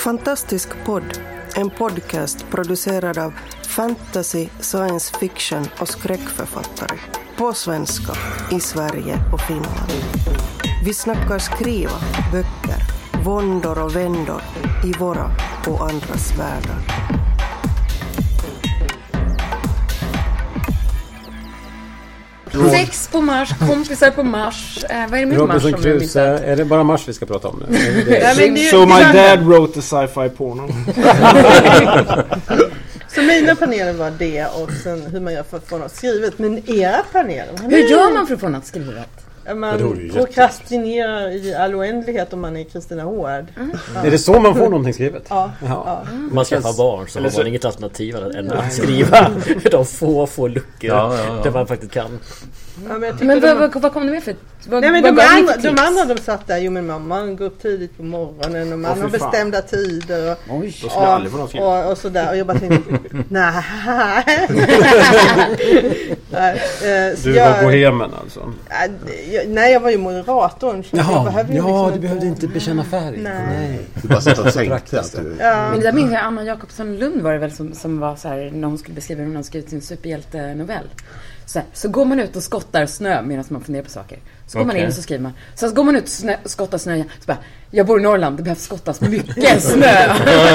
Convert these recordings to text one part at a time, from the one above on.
Fantastisk podd, en podcast producerad av fantasy, science fiction och skräckförfattare. På svenska, i Sverige och Finland. Vi snackar skriva, böcker, våndor och vändor i våra och andras världar. Sex på Mars, kompisar på Mars. Vad är det med Mars som vi missat? Är det bara Mars vi ska prata om nu? So my dad wrote the sci-fi porno. Så mina paneler var det och sen hur man gör för att få något skrivet. Men era paneler... Hur gör man för att få något skrivet? Man prokrastinerar i all oändlighet om man är Kristina Hård. Är det så man får någonting skrivet? Ja. Man skaffar barn så har man inget alternativ än att skriva de få luckor där man faktiskt kan. Ja, men vad kom det med för? De andra de satt där, men mamman går upp tidigt på morgonen och man har bestämda tider och sådär. Och jag bara tänkte, nej. Du var bohemen alltså? Nej, jag var ju moderatorn. Du behövde inte bekänna färg. Nej. Du bara satt och tänkte att du... Men det där minns jag, Anna Jacobsson Lund var det väl som var så här, när hon skulle beskriva hur hon skrivit sin superhjältenovell. Så går man ut och skottar snö medan man funderar på saker. Så går man in och så skriver man. Så går man ut och skottar snö. Så bara, jag bor i Norrland, det behövs skottas mycket snö.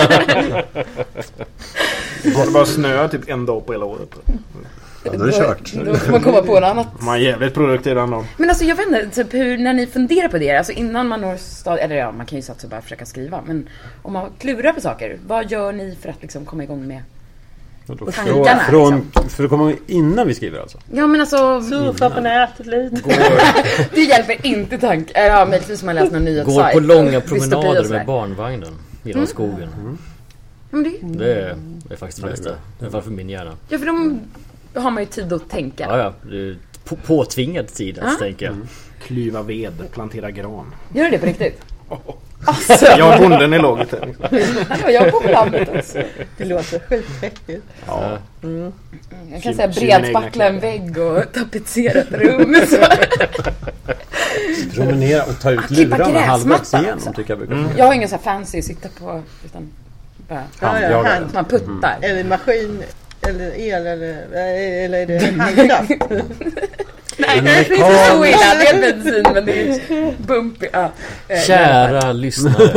Går det bara snö typ en dag på hela året? Ja, då är det kört. Då får man komma på något annat. Man är jävligt produktiv den dagen. Men alltså jag vet inte, typ hur, när ni funderar på det, alltså innan man når eller ja, man kan ju satsa och bara försöka skriva. Men om man klurar på saker, vad gör ni för att liksom komma igång med tankarna? För att komma innan vi skriver alltså? Ja, men alltså... Surfa på nätet lite. Det hjälper inte ja, möjligtvis man läser någon nyhetssajt. Går på långa promenader med barnvagnen genom skogen. Det är faktiskt det bästa. Det är för min hjärna. Ja, för de har man ju tid att tänka. Ja, det är påtvingad tid att tänka. Klyva ved, plantera gran. Gör det på riktigt? Alltså. Jag är bonden i laget här. Jag bor på landet också. Det låter skitfäckigt. Ja. Jag kan säga bredspackla en vägg och tapetsera ett rum. Promenera och ta ut lurarna halvvägs igenom tycker jag. Jag har ingen så här fancy att sitta på utan bara hand. Man puttar. Eller maskin eller el eller är det handkraft? Nej, det är inte så illa. Det är bensin, men det är bumpy. Kära lyssnare.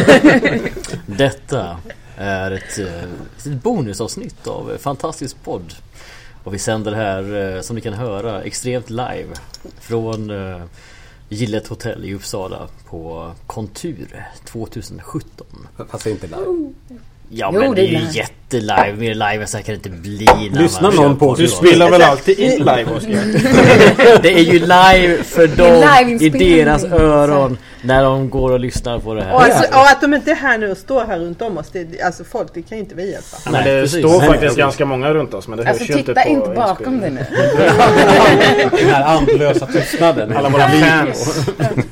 Detta är ett bonusavsnitt av Fantastisk podd. Och vi sänder här, som ni kan höra, extremt live från Gillet Hotel i Uppsala på Kontur 2017. Fast inte live. Ja, men det är ju jättelive. Mer live än så här kan det inte bli. Lyssna någon på. Du spelar väl alltid in live, Oskar? Det är ju live för dem i deras öron när de går och lyssnar på det här. Och att de inte är här nu och står här runt om oss. Alltså folk, det kan ju inte vi hjälpa. Ja, men det står faktiskt ganska många runt oss. Men det alltså titta inte bakom dig nu. Den här andlösa tystnaden. Alla våra fans.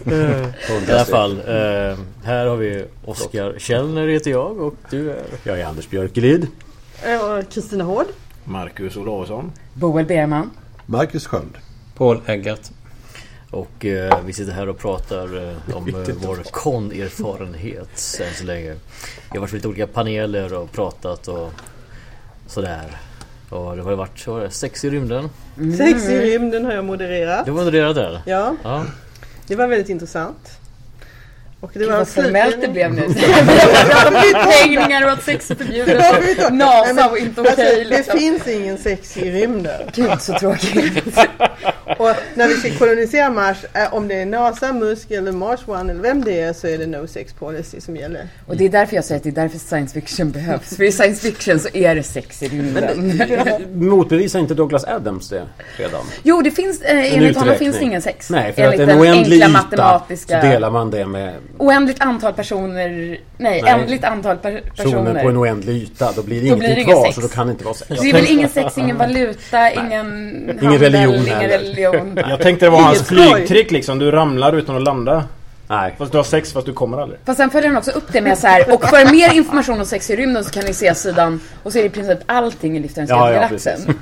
I alla fall, här har vi Oskar Källner heter jag och du är... Jag är Anders Björkelid. Och Kristina Hård. Marcus Olausson. Boel Berman. Marcus Sköld. Paul Eggert. Och vi sitter här och pratar om vår kon-erfarenhet sen så länge. Vi har varit på lite olika paneler och pratat och sådär. Och det har varit sex i rymden. Sex i rymden har jag modererat. Du var modererad där? Ja. Det var väldigt intressant. Och det var formellt det blev nu. Uthängningar och att sex är förbjudet. NASA och inte okej. Det finns ingen sex i rymden. Gud, så tråkigt. Och när vi ska kolonisera Mars, om det är NASA, Musk eller Mars One eller vem det är, så är det no sex policy som gäller. Och det är därför jag säger att det är därför science fiction behövs. För i science fiction så är det sex i rymden. Motbevisar inte Douglas Adams det redan? Jo, det finns, enligt honom finns det ingen sex. Nej, för att en oändlig yta så delar man det med... Oändligt antal personer... ändligt antal personer på en oändlig yta. Då blir det ingenting kvar, sex. Så då kan det inte vara sex. Det är väl ingen sex, ingen valuta, ingen religion. Ingen religion. Jag tänkte det var hans flygtrick liksom. Du ramlar utan att landa. Nej. Fast du har sex fast du kommer aldrig. Fast sen följer han också upp det med så här. Och för mer information om sex i rymden så kan ni se sidan. Och så är det i princip allting i Liftens galaxen.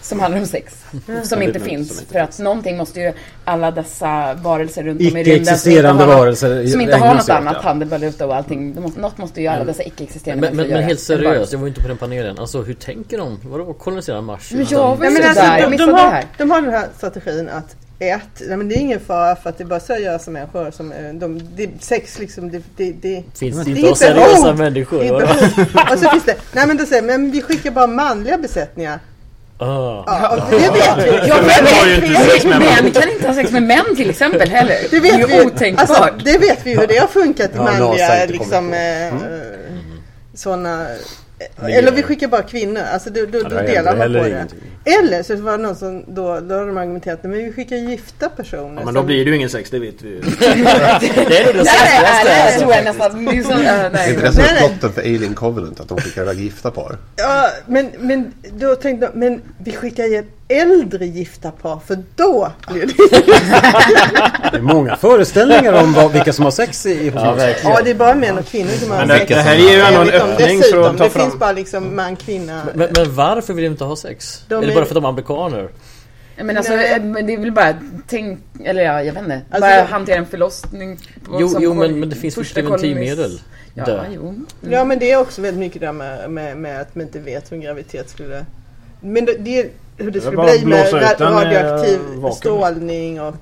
som handlar om sex. Som inte finns. För att någonting måste ju alla dessa varelser runt om i rymden icke-existerande varelser som inte har något annat, handelvaluta och allting. Något måste ju alla dessa icke-existerande men helt seriöst, jag var inte på den panelen. Alltså hur tänker de? Vadå kolonisera Mars? De har den här strategin att men det är ingen fara för att det är bara seriösa människor som sex liksom det finns inte seriösa människor. Och så finns det men vi skickar bara manliga besättningar. Det vet vi. Män kan inte ha sex med män till exempel heller. Det är ju otänkbart. Alltså, det vet vi hur det har funkat i manliga liksom såna. Eller vi skickar bara kvinnor. Alltså då delar man på det. Eller så var det någon som då har de argumenterat men vi skickar gifta personer. Ja, men då blir det ju ingen sex, det vet vi ju. Det är det säkraste. Tror jag nästan. Det är inte det som är plotten för Alien Covenant att de skickar iväg gifta par. Ja, men då tänkte jag, men vi skickar ju äldre gifta par för då blir det det är många föreställningar om vilka som har sex i Ja, det är bara män och kvinnor som har sex. Det här är ju ändå en öppning för att ta fram. Det finns bara liksom man, kvinna. Men varför vill de inte ha sex? Eller bara för att de är amerikaner? Men alltså, det är väl bara jag vet inte. Alltså, bara hantera en förlossning. Men det finns först preventivmedel. Ja, men det är också väldigt mycket där med att man inte vet hur en graviditet skulle. Men det hur det skulle bli med radioaktiv strålning och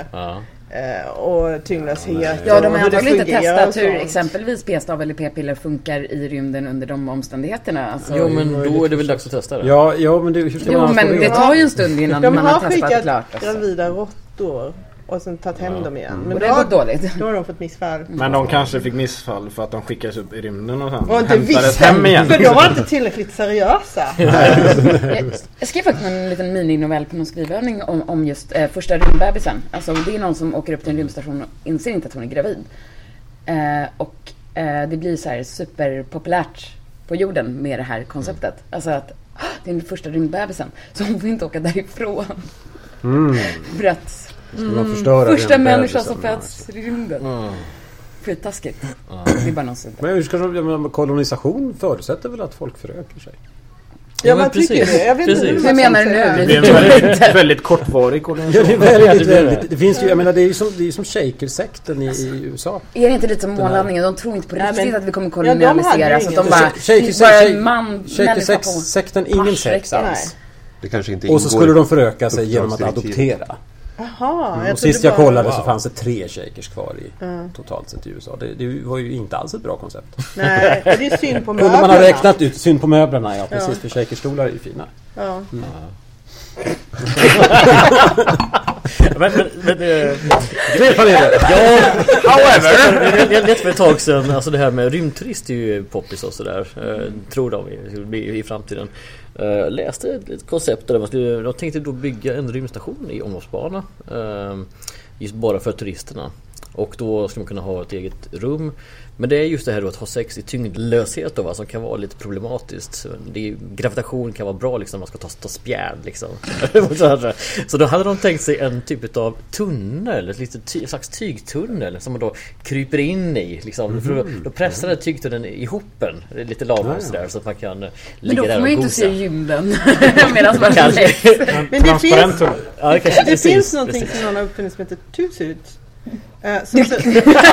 tyngdlöshet. Ja, de har antagligen inte testat hur exempelvis p-stav eller p-piller funkar i rymden under de omständigheterna. Alltså, jo, men då är det väl dags att testa det. Ja, men det tar ju en stund innan man har testat klart. De har skickat gravida råttor och sen tagit hem dem igen. Men och det var dåligt. Då har de fått missfall. Men de kanske fick missfall för att de skickades upp i rymden och sen och inte hämtades hem igen. För de var inte tillräckligt seriösa. Jag skrev faktiskt en liten mininovell på någon skrivövning om just första rymdbebisen. Alltså det är någon som åker upp till en rymdstation och inser inte att hon är gravid. Det blir så här superpopulärt på jorden med det här konceptet. Alltså att det är den första rymdbebisen. Så hon får inte åka därifrån. För att första människan som föds i rymden. Skittaskigt. Det är bara något sånt. Men hur ska kolonisation förutsätter väl att folk förökar sig? Ja, man tycker det. Jag vet inte hur menar du nu? Det är en väldigt kortvarig kolonisation. Det finns ju, jag menar, det är ju som shakersekten i USA. Är det inte lite som månlandningen? De tror inte på riktigt att vi kommer kolonialisera. Så de bara shakersekten ingen sex alls. Det kanske inte och så skulle de föröka sig genom att adoptera. Jaha, och sist jag kollade så fanns det 3 shakers kvar totalt sett i USA. Det var ju inte alls ett bra koncept. Nej, det är synd på möblerna. Man har räknat ut synd på möblerna, ja precis, för shakerstolar är ju fina. Ja. Jag vet för ett tag sedan, alltså det här med rymdturist är ju poppis och sådär, tror de i framtiden. Läste ett koncept där de tänkte då bygga en rymdstation i omloppsbana just bara för turisterna. Och då ska man kunna ha ett eget rum. Men det är just det här då att ha sex i tyngdlöshet då, som kan vara lite problematiskt. Gravitation kan vara bra liksom, man ska ta spjärn liksom. Så då hade de tänkt sig en typ av tunnel, ett litet slags tygtunnel som man då kryper in i liksom. För då pressar den tygtunneln ihop en lite lagom sådär, så att man kan ligga där och gosa. Men då får man ju inte se gymden medan man men det finns någonting som någon har uppfunnit som heter Tusuit. Som ser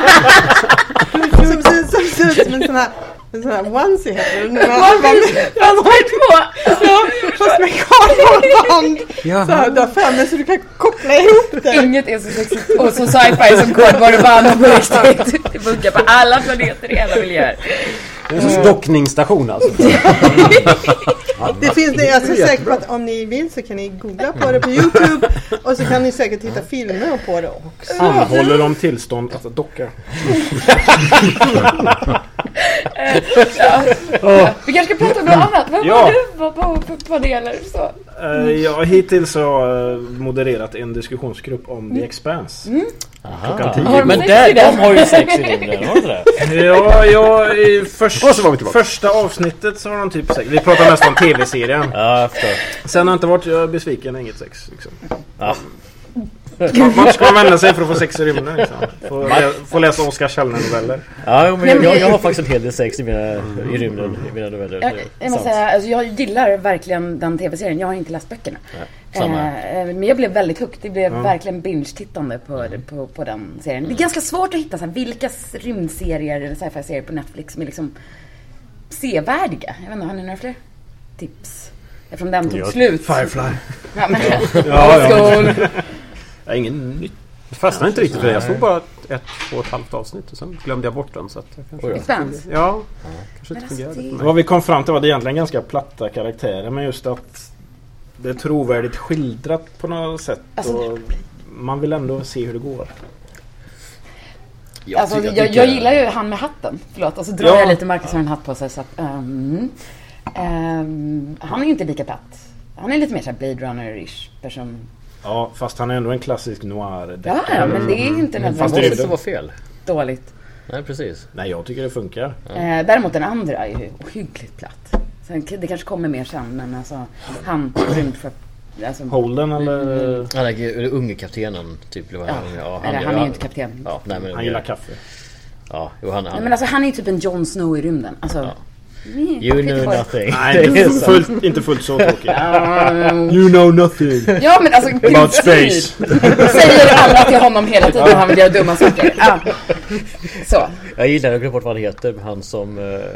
ut som en sån här onesie heter det. Man har två! Fast med kardborreband. Så där framme så du kan koppla ihop det. Inget är så sexigt och så sci-fi som kardborreband på riktigt. Det funkar på alla planeter i alla miljöer. Det är en dockningsstation alltså. Det finns det, jag är så säker på att om ni vill så kan ni googla på det på YouTube och så kan ni säkert hitta filmer på det också. Anhåller de tillstånd att docka? Vi kanske ska prata om något annat. Vad var du på paneler så? Jag hittills har modererat en diskussionsgrupp om The Expanse. Klockan 10. Men de har ju sex i rymden, har inte det? Ja, i första avsnittet så har de typ sex. Vi pratar mest om tv-serien. Ja, jag förstår. Sen har inte varit besviken, inget sex liksom. Man ska vända sig för att få sex i rymden liksom. Få läsa Oskar Källner-noveller. Ja, men jag har faktiskt en hel del sex i rymden i mina noveller. Jag måste säga, alltså, jag gillar verkligen den tv-serien. Jag har inte läst böckerna. Men jag blev väldigt hooked. Det blev verkligen binge-tittande på den serien. Det är ganska svårt att hitta så här, vilka rymdserier eller sci-fi-serier på Netflix som är liksom sevärdiga. Jag vet inte, har ni några fler tips? Eftersom den tog slut. Firefly. Ja, men ingen nytt. Jag fastnade inte riktigt för det. Jag såg bara 1,5 avsnitt och sen glömde jag bort den. Så att jag kanske Expanse? Ja, kanske inte fungerade. Vad vi kom fram till var det egentligen ganska platta karaktärer. Men just att det är trovärdigt skildrat på något sätt. Alltså, och man vill ändå se hur det går. Jag gillar ju han med hatten. Förlåt, och så drar jag lite Marcus har en hatt på sig. Så att, han är ju inte lika platt. Han är lite mer så här Blade Runner-ish person. Ja, fast han är ändå en klassisk noir. Ja, men det är inte nödvändigt. Fast det är så var fel. Dåligt. Nej, precis. Nej, jag tycker det funkar. Däremot den andra är ju ohyggligt platt. Sen, det kanske kommer mer sen, men alltså han rymd för... Alltså, Holden eller... Han är unge kaptenen typ. Han är ju inte kapten. Ja, nej, men, han gillar kaffe. Ja, nej, men alltså han är ju typ en Jon Snow i rymden. Alltså, you know nothing. Nej, inte fullt så tråkigt. You know nothing. Ja, men alltså about space. Säger alla till honom hela tiden. Han vill göra dumma saker. Så. Jag gillar att bort vad han heter. Han som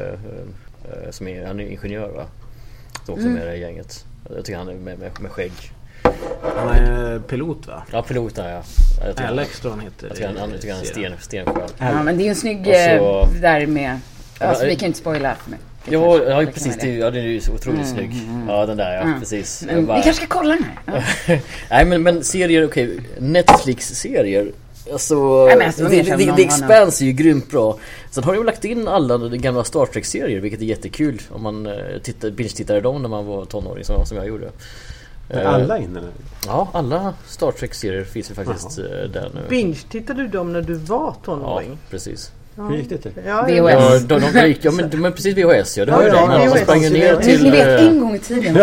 han är ingenjör, va? Som också med det gänget. Jag tycker han är med skägg. Han är pilot, va? Ja, pilot, ja. Alex tror han heter. Jag tycker han är stenskön. Ja, men det är ju en snygg där med... Alltså, vi kan inte spoila för mig. Ja, precis. Det är ju så otroligt snygg. Ja, den där, precis. Vi kanske ska kolla den här. Nej, men serier, okej. Netflix-serier. Alltså, The Expanse är ju grymt bra. Sen har de lagt in alla de gamla Star Trek-serier, vilket är jättekul om man binge-tittade dem när man var tonåring, som jag gjorde. Alla inne nu? Ja, alla Star Trek-serier finns ju faktiskt där nu. Binge-tittade du dem när du var tonåring? Ja, precis. Hur gick det till? VHS. Men precis VHS, ja. Det var ju det. Man sprang ner till... Ni vet, en gång i tiden.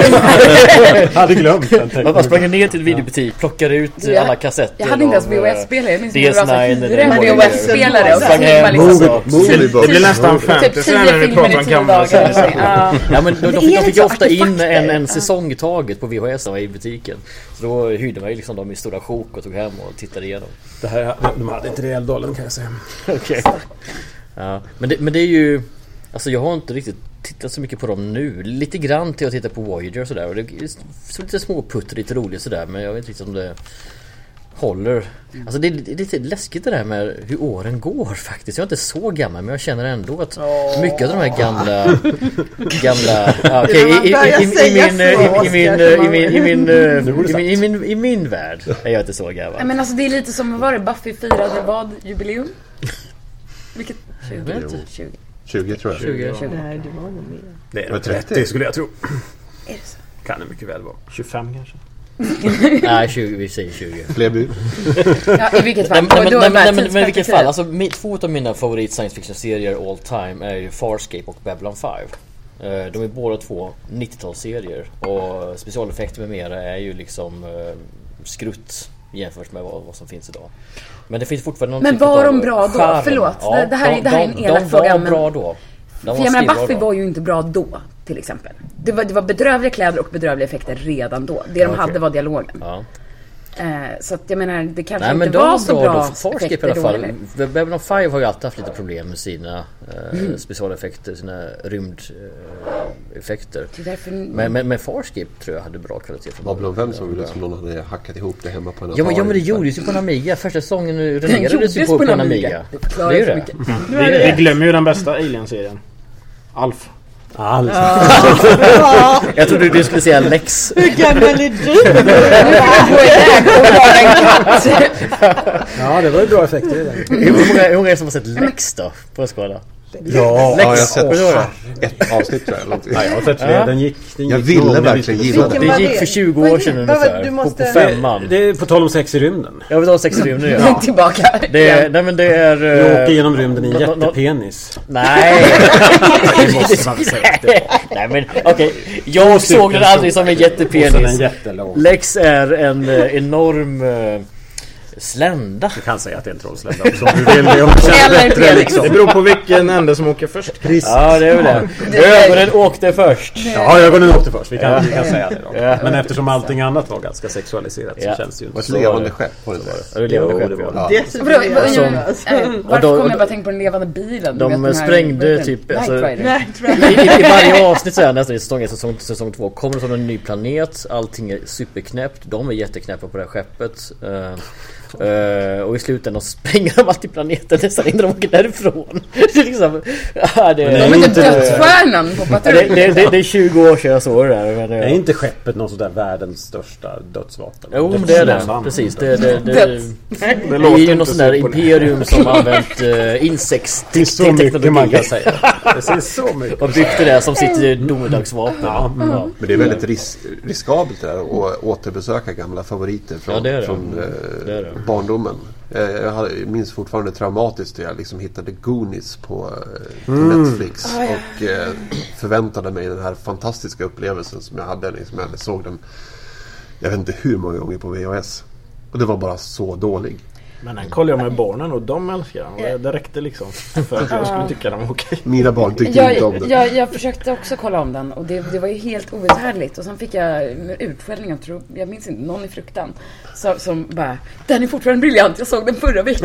Hade glömt. Man sprang ner till videobutik, plockade ut alla kassetter. Jag hade inte ens VHS-spelare. DS9 VHS-spelare. Och det blir nästan 50 sen när vi pratar om gamla. Ja, men de fick ofta in en säsong i taget på VHS i butiken. Så då hyrde man ju liksom dem i stora sjok och tog hem och tittade igenom. De hade inte det i Älvdalen, kan jag säga. Okej. Ja, men det är ju... Alltså jag har inte riktigt tittat så mycket på dem nu. Lite grann till att titta på Voyager och sådär. Och det är så lite småputter, lite roligt sådär. Men jag vet inte riktigt om det håller. Alltså det är lite läskigt det där med hur åren går faktiskt. Jag är inte så gammal, men jag känner ändå att mycket av de här i min värld är jag inte så gammal. Nej, men alltså det är lite som, var det Buffy firade vad? Jubileum? Vilket? 20 tror jag. 20. Nej, det var nog mer. Det är 30 skulle jag tro. Är det så? Kan det mycket väl vara. 25 kanske. Nej, 20, vi säger 20. Fler bud. Ja, i vilket fall. Men i vilket fall, alltså två av mina favorit science fiction-serier all time är ju Farscape och Babylon 5. De är båda två 90-talsserier och specialeffekter med mera är ju liksom skrutt jämfört med vad som finns idag. Men det finns fortfarande någon. Men var de bra då? Skärm. Förlåt, ja, det här är en elak fråga. De var bra då. För jag menar, Buffy var ju inte bra då, till exempel. Det var bedrövliga kläder och bedrövliga effekter redan då. Det de hade var dialogen. Ja. Så att jag menar, det kanske inte var så bra effekter i alla fall. Babylon 5 har ju alltid haft lite problem med sina specialeffekter, sina rymdeffekter. Men Farscape tror jag hade bra kvalitet. Babylon 5 såg ut som någon hade hackat ihop det hemma på en ja, men det gjordes ju på en Amiga. Första säsongen renoverades ju på en Amiga. Det är ju det. Vi glömmer ju den bästa Alien-serien. Alf. Jag trodde du skulle säga Lex. Hur gammal är du? Ja, det var ju bra effekter i den. Hur många är det som har sett Lex då på en skala? Ja, jag har sett ett avsnitt tror jag. Ja, jag har sett det. Den gick jag ville verkligen gilla den. Det gick för 20 år sedan ungefär. På femman. Det är på tal om sex i rymden. Jag vill ha sex i rymden, ja. Tillbaka. Det är... Du åker genom rymden i en jättepenis. Nej. Det måste man säga. Nej men okej. Jag såg den aldrig som en jättepenis. Lex är en enorm slända. Du kan säga att det är en trollslända också. Om du vill det. Om du känner bättre liksom. Det beror på vilken ände som åker först. Ja, det är väl det. Ögonen åkte först. Ja, ögonen åkte först. Vi kan säga det då. Ja. Men eftersom allting annat var ganska sexualiserat så känns det ju inte så. Ett levande skepp var det där. Det levande skepp, ja. Varför kommer jag bara tänka på den levande bilen? De sprängde typ... I varje avsnitt så är nästan i säsong 1, säsong 2 kommer det som en ny planet. Allting är superknäppt. De är jätteknäppa på det här skeppet. Och i slutändan spränger de alltid planeten nästan innan de åker därifrån. Det är liksom... de är inte dödsstjärnan på patrullen. Det är 20 år sedan jag såg det där. Men är inte skeppet någon sådär världens största dödsvapen? Jo, men det är det. Precis. Det är ju någon sån där imperium som använt insektsteknologi. Man kan säga. Det ser så mycket. Och byggt det där som sitter domedagsvapen. Ja. Men det är väldigt riskabelt där att återbesöka gamla favoriter från barndomen. Jag minns fortfarande traumatiskt att jag liksom hittade Goonies på Netflix och förväntade mig den här fantastiska upplevelsen som jag hade liksom, jag såg den, jag vet inte hur många gånger på VHS, och det var bara så dålig. Men den kollade jag med barnen och de älskar den. Det räckte liksom för att jag skulle tycka den var okej. Mina barn tyckte inte om den. Jag försökte också kolla om den och det var ju helt outhärdligt. Och sen fick jag utskällning av, jag minns inte, någon i fruktan som bara, den är fortfarande briljant, jag såg den förra veckan.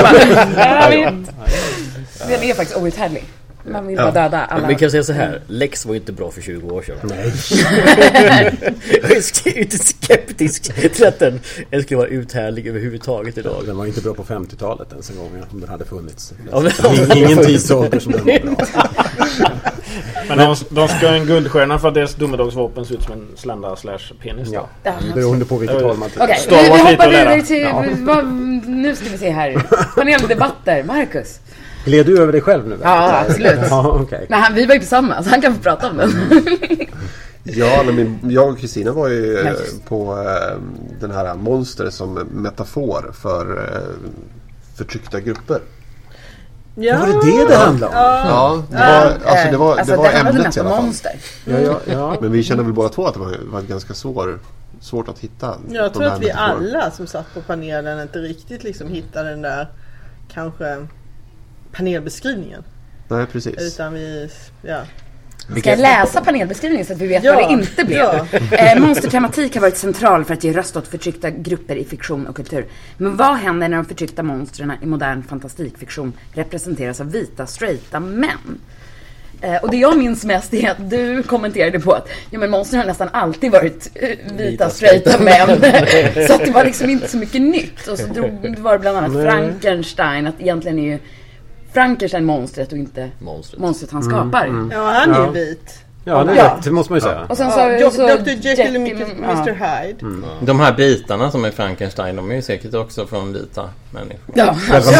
Den är faktiskt outhärdlig. Man vill bara döda alla. Vi kan säga så här, Lex var ju inte bra för 20 år sedan. Nej. Jag är inte skeptisk till att den skulle vara uthärdlig överhuvudtaget idag. Den var inte bra på 50-talet ens en gång, om den hade funnits. Ingen tidsålder som den var bra. Men de ska ha en guldstjärna för att deras domedagsvapen ser ut som en slända / penis. Ja, beroende på vilket håll man tycker. Okej, vi hoppar vidare till... Nu ska vi se här. Paneldebatter, Marcus. Gled du över dig själv nu? Ja, absolut. Ja, okay. Nej, vi var ju tillsammans, han kan få prata om den. Ja, men jag och Kristina var ju på den här monster som metafor för förtryckta grupper. Ja. Var det handlade om? Ja, det var ämnet i alla fall. Monster. Ja. Men vi kände väl båda två att det var ganska svårt att hitta. Jag tror att vi alla som satt på panelen inte riktigt liksom hittade den där kanske panelbeskrivningen. Nej, precis. Utan vi Ska jag läsa panelbeskrivningen så att vi vet vad det inte blev? Monstertematik har varit central för att ge röst åt förtryckta grupper i fiktion och kultur. Men vad händer när de förtryckta monstren i modern fantastikfiktion representeras av vita, straighta män? Och det jag minns mest är att du kommenterade på att men monstren har nästan alltid varit vita, straighta män. Så att det var liksom inte så mycket nytt. Och så var det bland annat Frankenstein, att egentligen är ju Frankenstein monstret och inte monstret han skapar. Ja, han är ju vit. Ja, det måste man ju säga. Och sen Dr. Jekyll och Mr. Hyde. De här bitarna som är Frankenstein, de är ju säkert också från vita människor. Ja.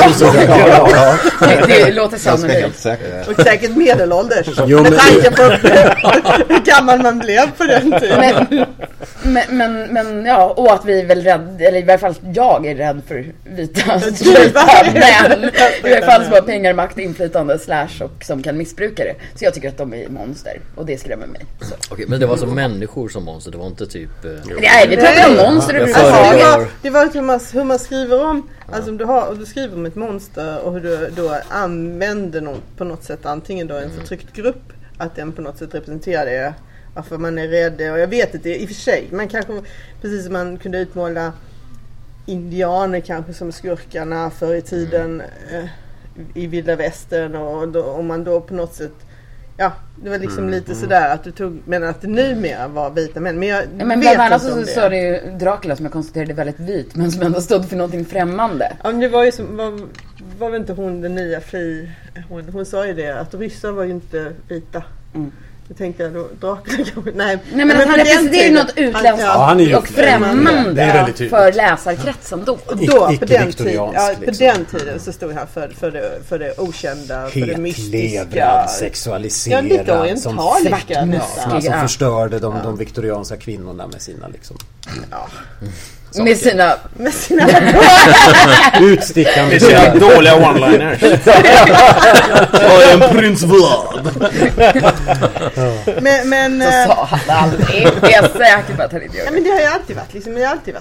Det låter sannolikt. Och säkert medelålders. Med tanke på hur gammal man blev på den tiden. Men ja, och att vi är väl rädd, eller i varje fall jag är rädd för vita män. I alla fall som har pengar, makt, inflytande / och som kan missbruka det. Så jag tycker att de är monster och det skrämmer mig. Okej, men det var som människor som monster, det var inte typ... Nej, vi pratar om monster det var hur man skriver om, alltså om du skriver om ett monster och hur du då använder på något sätt antingen då en förtryckt grupp, att den på något sätt representerar det, varför man är rädd, och jag vet inte i och för sig, man kanske precis som man kunde utmåla indianer kanske som skurkarna förr i tiden i vilda västern, och då, om man då på något sätt det var liksom lite sådär att du tog, men att det numera var vita män. Men bland annat så är det ju Dracula som jag konstaterade väldigt vit, men som ändå stod för någonting främmande. Ja, men det var ju som, var inte hon den nya hon sa ju det, att ryssar var ju inte vita. Jag tänkte då Dracula kanske... Nej men han representerar något utländskt han är och främmande för läsarkretsen då. På den tiden så stod han för det okända, för det mystiska. Levrad, sexualiserad, som förstörde de viktorianska kvinnorna med sina liksom... Ja. Med sina utstickande med sina dåliga one-liners. Jag är en prins Vlad. Men så sa han aldrig. Jag är säker på att han inte gör det. Men det har ju alltid varit liksom,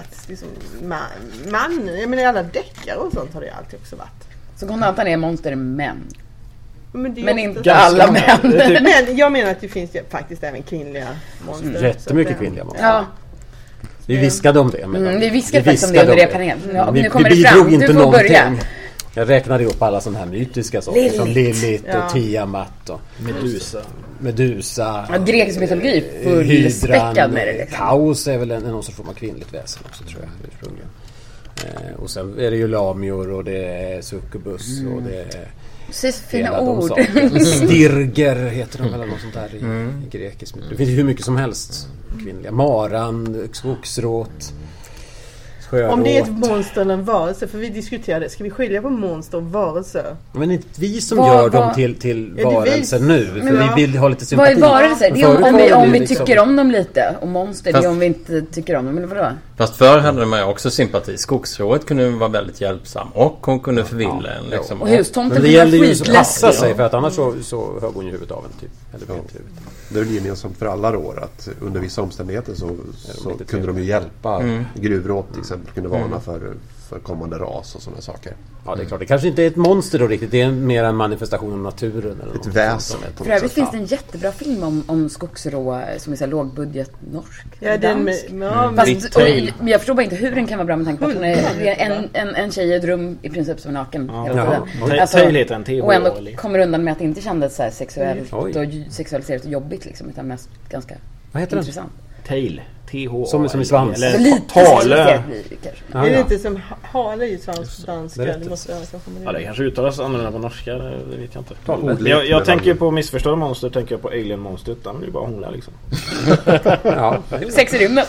man. Jag menar alla deckare och sånt har det alltid också varit. Så kontanten är monster män. Men inte ganska alla män. Men jag menar att det finns faktiskt även kvinnliga monster. Jättemycket kvinnliga monster. Ja. Vi viskade om det. Vi viskade faktiskt om det under panelen. Nu kommer det fram. Inte du får börja. Jag räknade ihop alla sådana här mytiska saker. Som Lilith och Tiamat och Medusa. Ja, grekisk mytologi fullspäckad med det. Liksom. Kaos är väl någon sorts form av kvinnligt väsen också, tror jag, ursprungligen. Och sen är det ju lamior och det är succubus och det är... Precis, fina ord. Stirger heter de eller något sånt där i grekisk. Det finns ju hur mycket som helst kvinnliga. Maran, skogsråt, sjöråt. Om det är ett monster eller en varelse, för vi diskuterade, ska vi skilja på monster och varelser? Men inte vi som gör dem till varelser nu. För vi vill ha lite sympati. Vad är varelser? Det är om vi tycker om dem lite. Och monster, det är om vi inte tycker om dem. Eller vadå? Fast förr hade man ju också sympati. Skogsrået kunde vara väldigt hjälpsam. Och hon kunde förvilla en. Liksom. Och hustomten det gäller ju att passa sig. För att annars så hög hon ju huvudet av en typ. Eller huvudet. Det är väl gemensamt för alla år att under vissa omständigheter så kunde de ju hjälpa. Gruvråt till exempel kunde varna för kommande ras och sådana saker. Ja, det är klart. Det kanske inte är ett monster då riktigt. Det är mer en manifestation av naturen. Eller ett väsen. För övrigt finns det en jättebra film om skogsrå som är så här lågbudget norsk. Ja, den fast, jag förstår bara inte hur den kan vara bra med tanke på att hon är en tjej i ett rum i princip som är naken hela tiden. Och ändå kommer undan med att det inte kändes så här sexuellt och sexualiserat och jobbigt liksom, utan mest ganska intressant. Tail. TH. Som i svans. Eller lite hale. Är det inte som hale i svans på danska? Det måste det kanske uttalas annorlunda på norska, det vet jag inte. Jag tänker på missförstådda monster, tänker jag på alien monster, utan det är bara hångla liksom. Sex i rymden.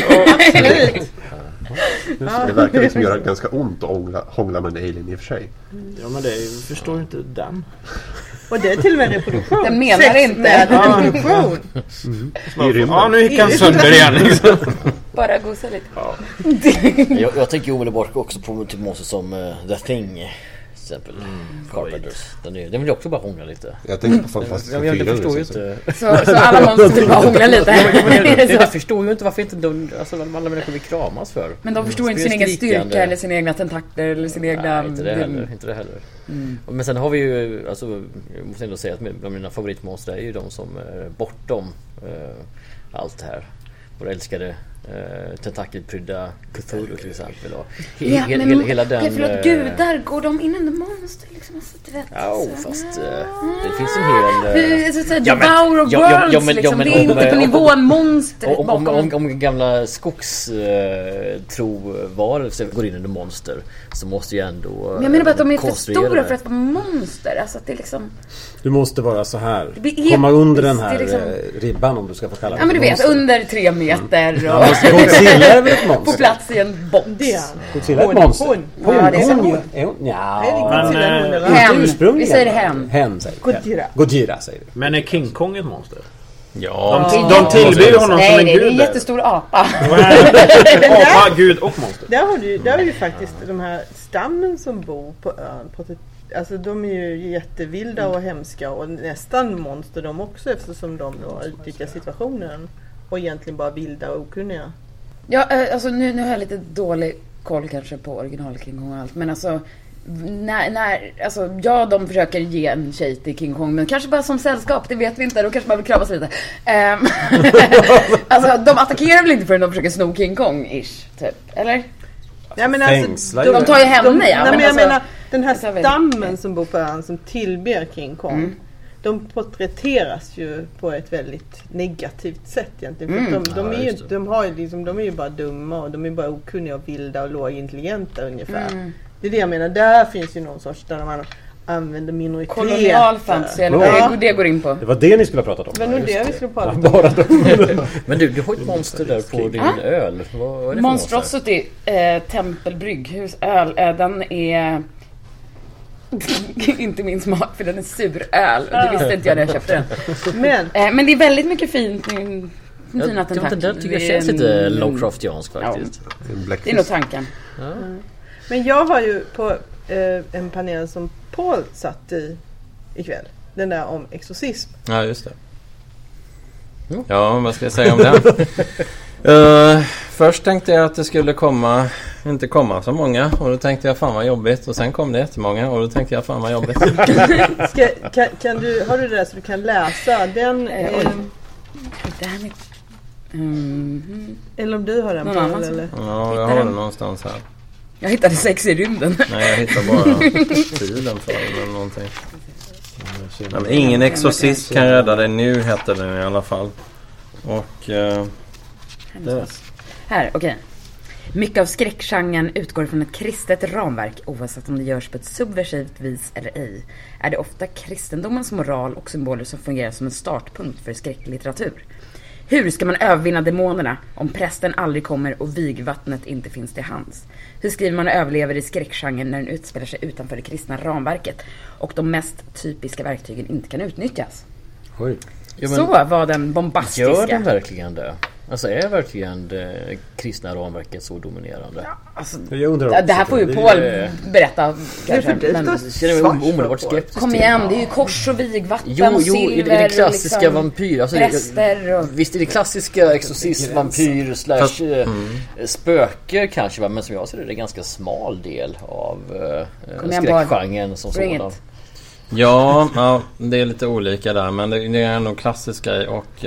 Det verkar liksom göra ganska ont att hångla med en alien i och för sig. Ja, men det förstår inte den. Och det är till och med reproduktion. Den menar inte reproduktion. Ja, nu gick han sönder igen liksom. Bara gosa lite. Ja. Jag tänker omedelbart också på typ monster som The Thing till exempel. Carpenters. Den vill jag också bara hångla lite. Jag tänker på Fantastiska 4. Jag förstår ju inte. Så alla monster vill bara hångla lite. Jag förstår ju inte varför inte alla människor vill kramas för. Men de förstår inte sin egen styrka eller sina egna tentakler eller sin egna... Nej, inte det heller. Men sen har vi ju, alltså, jag måste ändå säga att mina favoritmonster är ju de som är bortom allt det här. Vår älskade tentakelprydda Cthulhu till exempel. Och hela den... Förlåt, gudar, går de in under monster liksom? Alltså, du vet, ja, fast det finns en hel... Devour of Worlds liksom. Det är inte på nivån monster om gamla skogstrovarelser går in under monster, så måste ju ändå... Jag menar bara att de är för stora för att vara monster. Alltså att det liksom... Du måste vara så här. Komma under den här liksom... ribban, om du ska få kalla det. Ja, men du vet, under 3 meter och... Godzilla är väl ett monster? På plats i en box. Godzilla är ett monster. Ja, det är så. Hen. Vi säger hen. Hen säger Gojira säger vi. Men är King Kong ett monster? Ja. De tillbyr honom som en gud. Nej, det är en jättestor apa. Apa, gud och monster. Där har ju faktiskt de här stammen som bor på ön. Alltså de är ju jättevilda och hemska och nästan monster de också, eftersom de då utnyttjar situationen och egentligen bara vilda och okunniga. Ja, alltså nu har jag lite dålig koll kanske på original King Kong och allt, men alltså alltså de försöker ge en tjej till King Kong, men kanske bara som sällskap, det vet vi inte, då kanske man vill kramas lite. Alltså de attackerar väl inte förrän de försöker sno King Kong-ish, typ, eller? Ja, men alltså, de tar ju henne, men jag menar, den här stammen som bor på ön som tillber King Kong, de porträtteras ju på ett väldigt negativt sätt egentligen. För de är ju bara dumma och de är bara okunniga och vilda och lågintelligenta ungefär. Det är det jag menar. Där finns ju någon sorts där använder minoriteter. Kolonial fantasy, eller det går in på. Det var det ni skulle ha pratat om. Det var nog det vi skulle prata om. Bara då. Men du har ett monster där på din öl. Vad är det Monstrosity, Tempelbrygghus öl. Den är inte min smak, för den är suröl. Det visste inte jag när jag köpte den. Men det är väldigt mycket fint. Fina tentakler. Det tycker jag känns lite Lovecraftiansk faktiskt. Det är nog tanken. Men jag var ju på en panel som Paul satt i ikväll. Den där om exorcism. Ja, just det. Ja, vad ska jag säga om det? Först tänkte jag att det skulle inte komma så många. Och då tänkte jag fan vad jobbigt. Och sen kom det jättemånga. Och då tänkte jag fan vad jobbigt. Har du det där så du kan läsa den? Eller om du har den på eller? Ja, jag har den någonstans här. Jag hittade sex i rymden. Nej, jag hittade bara tiden för den eller någonting. Men ingen exorcist kan rädda dig nu, heter den i alla fall. Och här, okej. Mycket av skräckgenren utgår från ett kristet ramverk, oavsett om det görs på ett subversivt vis eller ej. Är det ofta kristendomens moral och symboler som fungerar som en startpunkt för skräcklitteratur. Hur ska man övervinna demonerna om prästen aldrig kommer och vigvattnet inte finns till hands? Hur skriver man överlever i skräckgenren när den utspelar sig utanför det kristna ramverket och de mest typiska verktygen inte kan utnyttjas? Oj. Ja, men så var den bombastiska. Gör den verkligen det? Alltså är verkligen det kristna ramverket så dominerande? Ja, alltså, jag undrar det här får ju Paul berätta kanske. Känner mig omedelbart skeptisk. Kom igen, det är ju kors och vigvatten och silver. Jo, är det klassiska liksom, vampyr. Alltså, präster och... Visst är det klassiska exorcist, vampyr / spöker kanske, va? Men som jag ser det är ganska smal del av skräckgenren som sådan. Ja, det är lite olika där, men det är nog klassisk grej. Och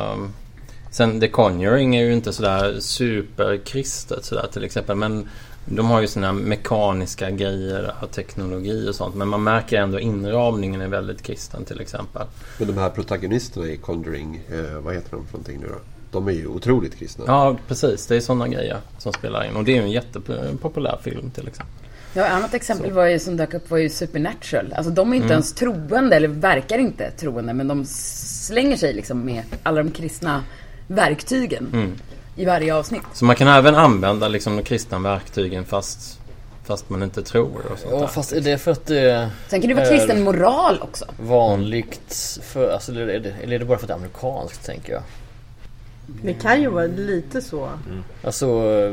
sen The Conjuring är ju inte sådär superkristet sådär till exempel, men de har ju såna mekaniska grejer och teknologi och sånt, men man märker ändå inramningen är väldigt kristen till exempel. Men de här protagonisterna i Conjuring, vad heter de för någonting nu då? De är ju otroligt kristna. Ja, precis. Det är sådana grejer som spelar in, och det är ju en jättepopulär film till exempel. Ja, ett annat exempel var ju, som dök upp var ju Supernatural. Alltså de är inte ens troende, eller verkar inte troende, men de slänger sig liksom med alla de kristna verktygen i varje avsnitt. Så man kan även använda liksom de kristna verktygen fast man inte tror och sånt där. Fast är det för att sen kan det vara kristen moral också. Vanligt för, alltså, eller är det bara för att det är amerikanskt, tänker jag. Det kan ju vara lite så. Alltså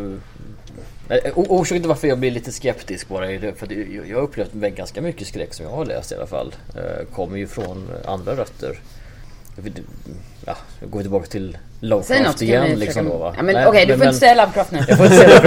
orsaken till varför jag blir lite skeptisk bara är det för att jag har upplevt ganska mycket skräck som jag har läst i alla fall. Kommer ju från andra rötter. Jag går tillbaka till Lovecraft igen liksom då, va? Ja, men okej, du får inte säga Lovecraft nu. Jag får inte säga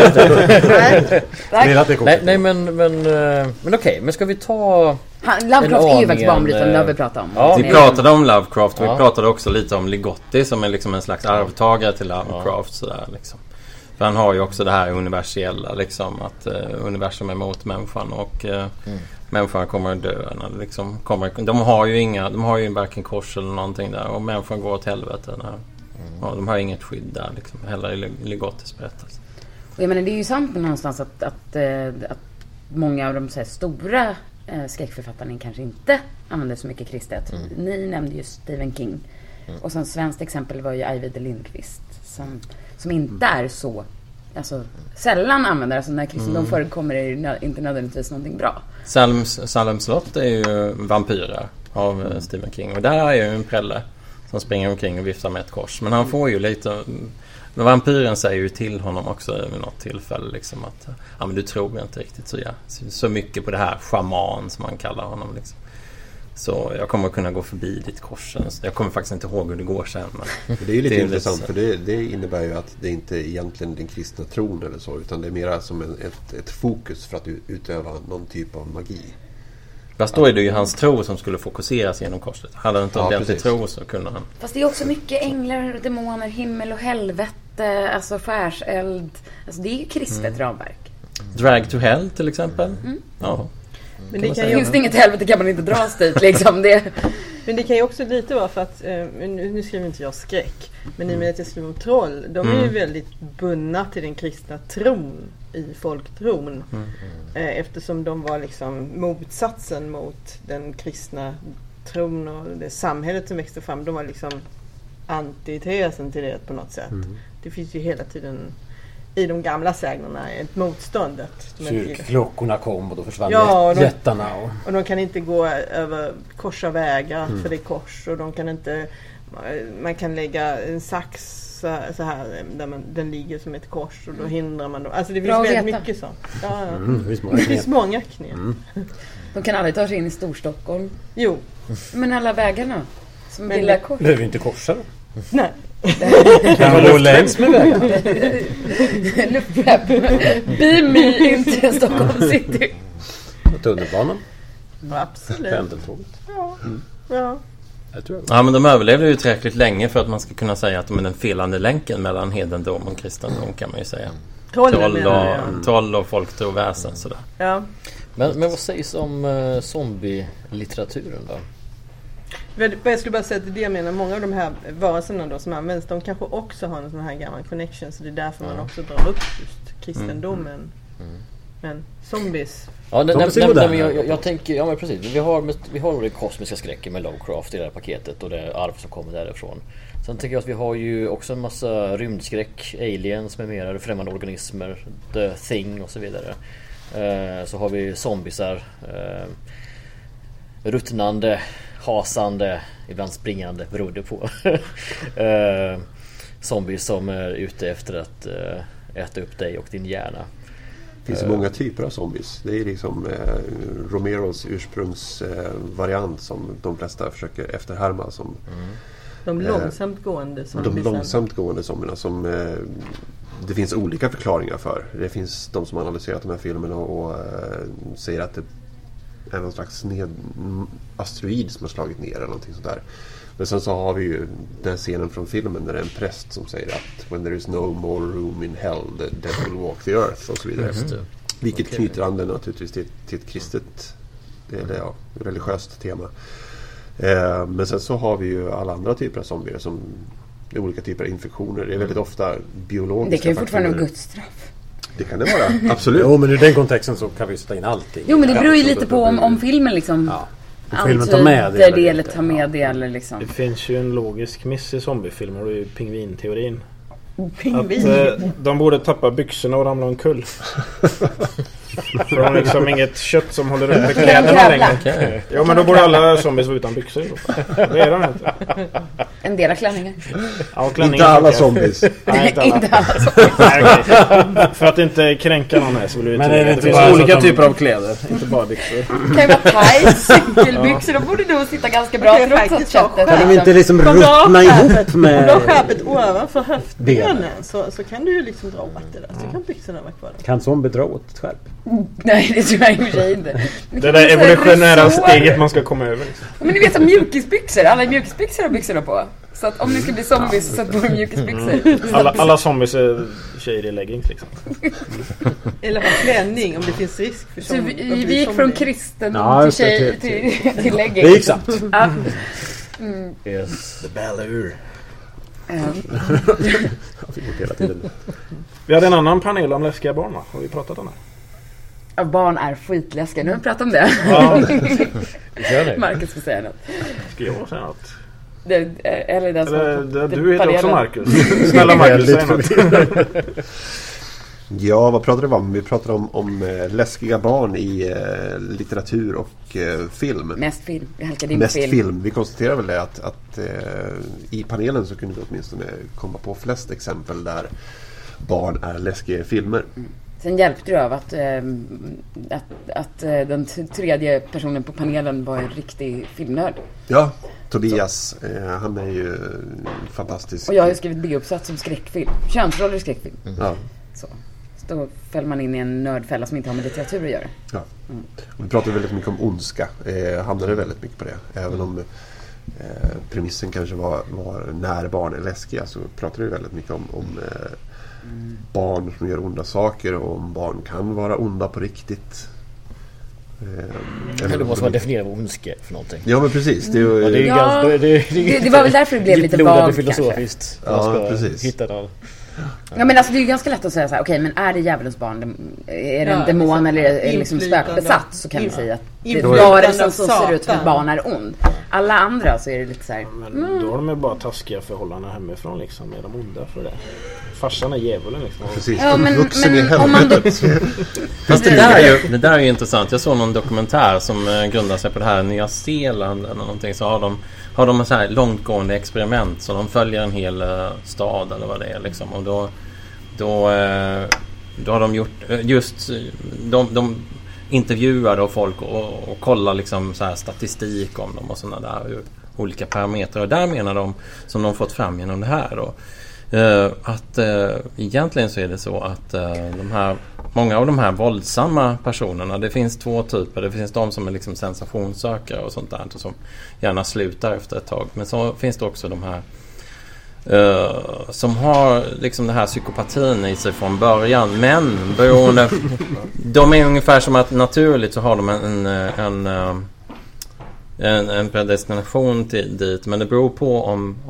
Lovecraft. Nej, men okej, men ska vi ta Lovecraft är ju faktiskt banbrytande, det har vi pratat om. Ja, vi pratade om Lovecraft och vi pratade också lite om Ligotti som är liksom en slags arvtagare till Lovecraft sådär liksom. För han har ju också det här universella liksom, att universum är mot människan och människan kommer att dö när liksom de har ju varken kors eller någonting där, och människan går åt helvete när, ja, de har inget skydd där liksom, heller i Ligottis berättelse. Och jag menar, det är ju sant någonstans att många av de så här stora skräckförfattarna kanske inte använder så mycket kristet. Ni nämnde ju Stephen King. Och sen svenskt exempel var ju Ajvide Lindqvist som inte är så, alltså sällan använder, alltså när kristendom förekommer är det inte nödvändigtvis någonting bra. Salem slott är ju vampyrer av Stephen King, och där är ju en prälle som springer omkring och viftar med ett kors, men han får ju lite, men vampyren säger ju till honom också vid något tillfälle liksom att ja, men du tror inte riktigt så mycket på det här shaman som man kallar honom liksom. Så jag kommer att kunna gå förbi ditt korsen. Jag kommer faktiskt inte ihåg hur det går sen. Men det är ju lite intressant, för det innebär ju att det inte är egentligen den kristna tron eller så, utan det är mer som ett fokus för att utöva någon typ av magi. Fast då är det ju hans tro som skulle fokuseras genom korset. Hade han inte ordentligt tro så kunde han. Fast det är också mycket änglar, demoner, himmel och helvete, alltså skärseld. Alltså det är ju kristet ramverk. Drag to hell till exempel. Ja. Men det finns det inget helvete kan man inte dras dit liksom. Men det kan ju också lite vara för att nu skriver inte jag skräck, men i och med att jag skriver om troll, de är ju väldigt bundna till den kristna tron i folktron. Eftersom de var liksom motsatsen mot den kristna tron och det samhället som växte fram. De var liksom antitesen till det på något sätt. Det finns ju hela tiden i de gamla sägnerna ett motstånd. Kyrkklockorna kom och då försvann jättarna. Och de kan inte gå över korsa vägar för det är kors. Och de kan inte, man kan lägga en sax så här där den ligger som ett kors och då hindrar man dem. Alltså det finns väldigt mycket så. Det finns många knep. De kan aldrig ta sig in i Storstockholm. Jo. Men alla vägarna som bildar kors. Behöver inte korsa då? Nej. Kan man gå längs med vägen? Luftskepp. Beam me into Stockholm city. Tunnelbanan? Absolut. Pendeltåget? Ja. Ja, men de överlevde ju tillräckligt länge för att man ska kunna säga att de är den felande länken mellan hedendom och kristendom, kan man ju säga. Troll och folktroväsen sådär. Ja. Men vad sägs om zombie-litteraturen då? Jag skulle bara säga att det jag menar, många av de här varelserna då som används, de kanske också har en sån här gammal connection, så det är därför man också drar upp just kristendomen. Men zombies. Ja, jag tänker, ja men precis. Vi har det kosmiska skräcken med Lovecraft i det här paketet och det arv som kommer därifrån. Sen tycker jag att vi har ju också en massa rymdskräck, aliens med mera, främmande organismer, The Thing och så vidare. Så har vi zombiesar, ruttnande, hasande, ibland springande, beroende på. Zombies som är ute efter att äta upp dig och din hjärna. Det finns många typer av zombies. Det är liksom Romeros ursprungsvariant som de flesta försöker efterhärma. Som, de långsamt gående zombies. De långsamt gående zombierna som det finns olika förklaringar för. Det finns de som har analyserat de här filmerna och säger att det är någon slags asteroid som har slagit ner eller någonting sånt där. Men sen så har vi ju den scenen från filmen där det är en präst som säger att when there is no more room in hell, the devil will walk the earth och så vidare. Vilket knyter an den naturligtvis till ett kristet eller religiöst tema. Men sen så har vi ju alla andra typer av zombier som är olika typer av infektioner. Det är väldigt ofta biologiska. Det kan ju fortfarande vara Gudsstraff. Det kan det vara, absolut. Jo, men i den kontexten så kan vi sätta in allting. Jo, men det beror ju lite på om filmen liksom filmen tar med det eller tar med det eller liksom. Det finns ju en logisk miss i zombiefilmer och det är ju pingvinteorin. Pingvin. Att de borde tappa byxorna och ramla omkull. För de har liksom inget kött som håller upp kläderna längre. Okay. Ja, men då borde alla zombies vara utan byxor. Det är de inte. En del av klänningar. Ja, klänningar. Inte alla zombies. Nej, inte alla zombies. Nej, okay. För att inte kränka någon här så vill vi inte. Men det finns olika typer av kläder, inte bara byxor. Det kan ju vara tights, cykelbyxor. De borde nog sitta ganska bra trots att köttet. Kan de inte liksom ruttna ihop med... Om du har skärpet ovanför höftbenen så kan du ju liksom dra åt det där. Så kan byxorna vara kvar. Kan zombie dra åt ett skärp? Nej, det tror jag i och för sig inte. Det där evolutionära steget man ska komma över. Liksom. Men ni vet som mjukisbyxor. Alla mjukisbyxor har byxorna på. Så att om ni ska bli zombies så sätt på mjukisbyxor. Alla zombies är tjejer i leggings liksom. Eller har klänning om det finns risk för zombie. Så vi gick från kristen till leggings. Det gick sant. Yes. The Ballur. Vi hade en annan panel om läskiga barn, va? Har vi pratat om det? Ja, barn är skitläskiga. Nu har vi pratat om det. Ja. Marcus får säga något. Ska jag säga något? Eller den som du heter också Marcus. Snälla Marcus, säg något. Ja, vad pratade vi om? Vi pratade om läskiga barn i litteratur och film. Mest film. Mest film. Vi konstaterar väl det att i panelen så kunde vi åtminstone komma på flest exempel där barn är läskiga i filmer. Sen hjälpte det av att den tredje personen på panelen var en riktig filmnörd. Ja, Tobias. Han är ju fantastisk. Och jag har ju skrivit B-uppsats som skräckfilm. Könsroller i skräckfilm. Ja. Så då fäller man in i en nördfälla som inte har med litteratur att göra. Ja. Och vi pratar väldigt mycket om ondska. Hamnade väldigt mycket på det. Även om premissen kanske var när barn är läskiga, så pratar vi väldigt mycket om barn som gör onda saker och om barn kan vara onda på riktigt. Då måste man definiera vad ondska för någonting. Ja, men precis. Det var väl därför det blev lite vagt filosofiskt. Ja, precis. Hitta någon. Ja, men alltså det är ju ganska lätt att säga så här, okej, men är det djävulens barn? Är det en demon eller är det liksom spökbesatt? Så kan vi säga att det varelsen som ser ut som ett barn är ond. Alla andra så är det lite så här. Men då har de ju bara taskiga förhållanden hemifrån liksom. Är de onda för det? Farsan är djävulen liksom. Precis, ja, men om man Fast det där är ju intressant. Jag såg någon dokumentär som grundar sig på det här Nya Zeeland eller någonting. Så har de så här långtgående experiment. Så de följer en hel stad eller vad det är liksom. Och då har de gjort just de intervjuar då folk och kollar liksom så här statistik om dem och sådana där olika parametrar. Och där menar de, som de fått fram genom det här då, att egentligen så är det så att många av de här våldsamma personerna, det finns två typer. Det finns de som är liksom sensationssökare och sånt där och som gärna slutar efter ett tag. Men så finns det också de här som har liksom det här psykopatin i sig från början, men beroende de är ungefär som att naturligt så har de en predestination dit, men det beror på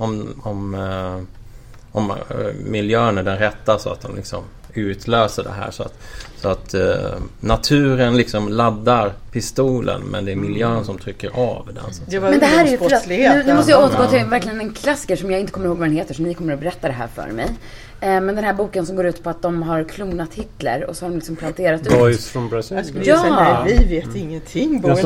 om miljön är den rätta så att de liksom utlöser det här så att naturen liksom laddar pistolen, men det är miljön som trycker av den. Men det här är ju nu måste jag återgå till verkligen en klassiker som jag inte kommer ihåg vad den heter, så ni kommer att berätta det här för mig. Men den här boken som går ut på att de har klonat Hitler och så har de liksom planterat ut Boys from Brazil. Jag skulle säga, nej, vi vet ingenting. Men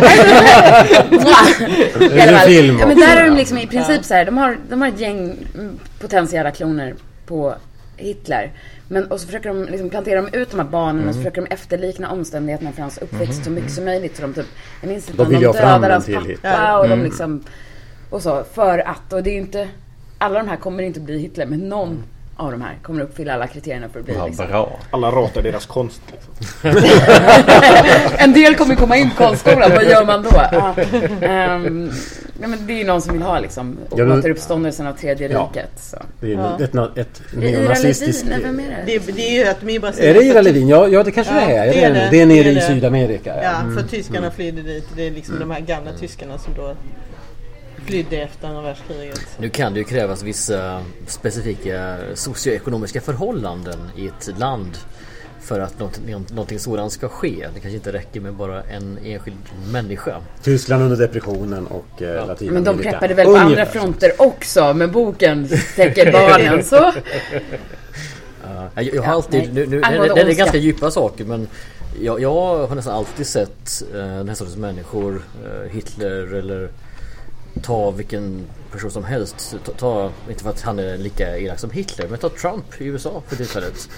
där är de liksom i princip så här, de har ett gäng potentiella kloner på Hitler. Och så försöker de liksom plantera dem ut de här barnen och så försöker de efterlikna omständigheterna för hans uppväxt så mycket som möjligt. Så de typ, jag minns inte, de dödar hans pappa och de liksom och så, för att, och det är ju inte, alla de här kommer inte bli Hitler, men någon av de här kommer uppfylla alla kriterierna för att bli liksom. Bra. Alla ratar deras konst liksom. En del kommer komma in på konstskolan, vad gör man då? Men det är ju någon som vill ha liksom återuppståndelsen av tredje riket. Så. Det är ett neonazistiskt... Det är ju att de är Är det Ira Levin? Ja, det kanske det är. Det är nere i Sydamerika. Ja, för tyskarna flydde dit. Det är liksom de här gamla tyskarna som då flydde efter andra världskriget. Nu kan det ju krävas vissa specifika socioekonomiska förhållanden i ett land för att någonting sådant ska ske. Det kanske inte räcker med bara en enskild människa. Tyskland under depressionen och Latinamerika. Men de preppade väl på andra fronter också med boken täcker barnen så. Jag har alltid det är ganska djupa saker, men jag har nästan alltid sett den här sortens människor, Hitler eller ta vilken person som helst, ta inte för att han är lika elak som Hitler, men ta Trump i USA för tillfället.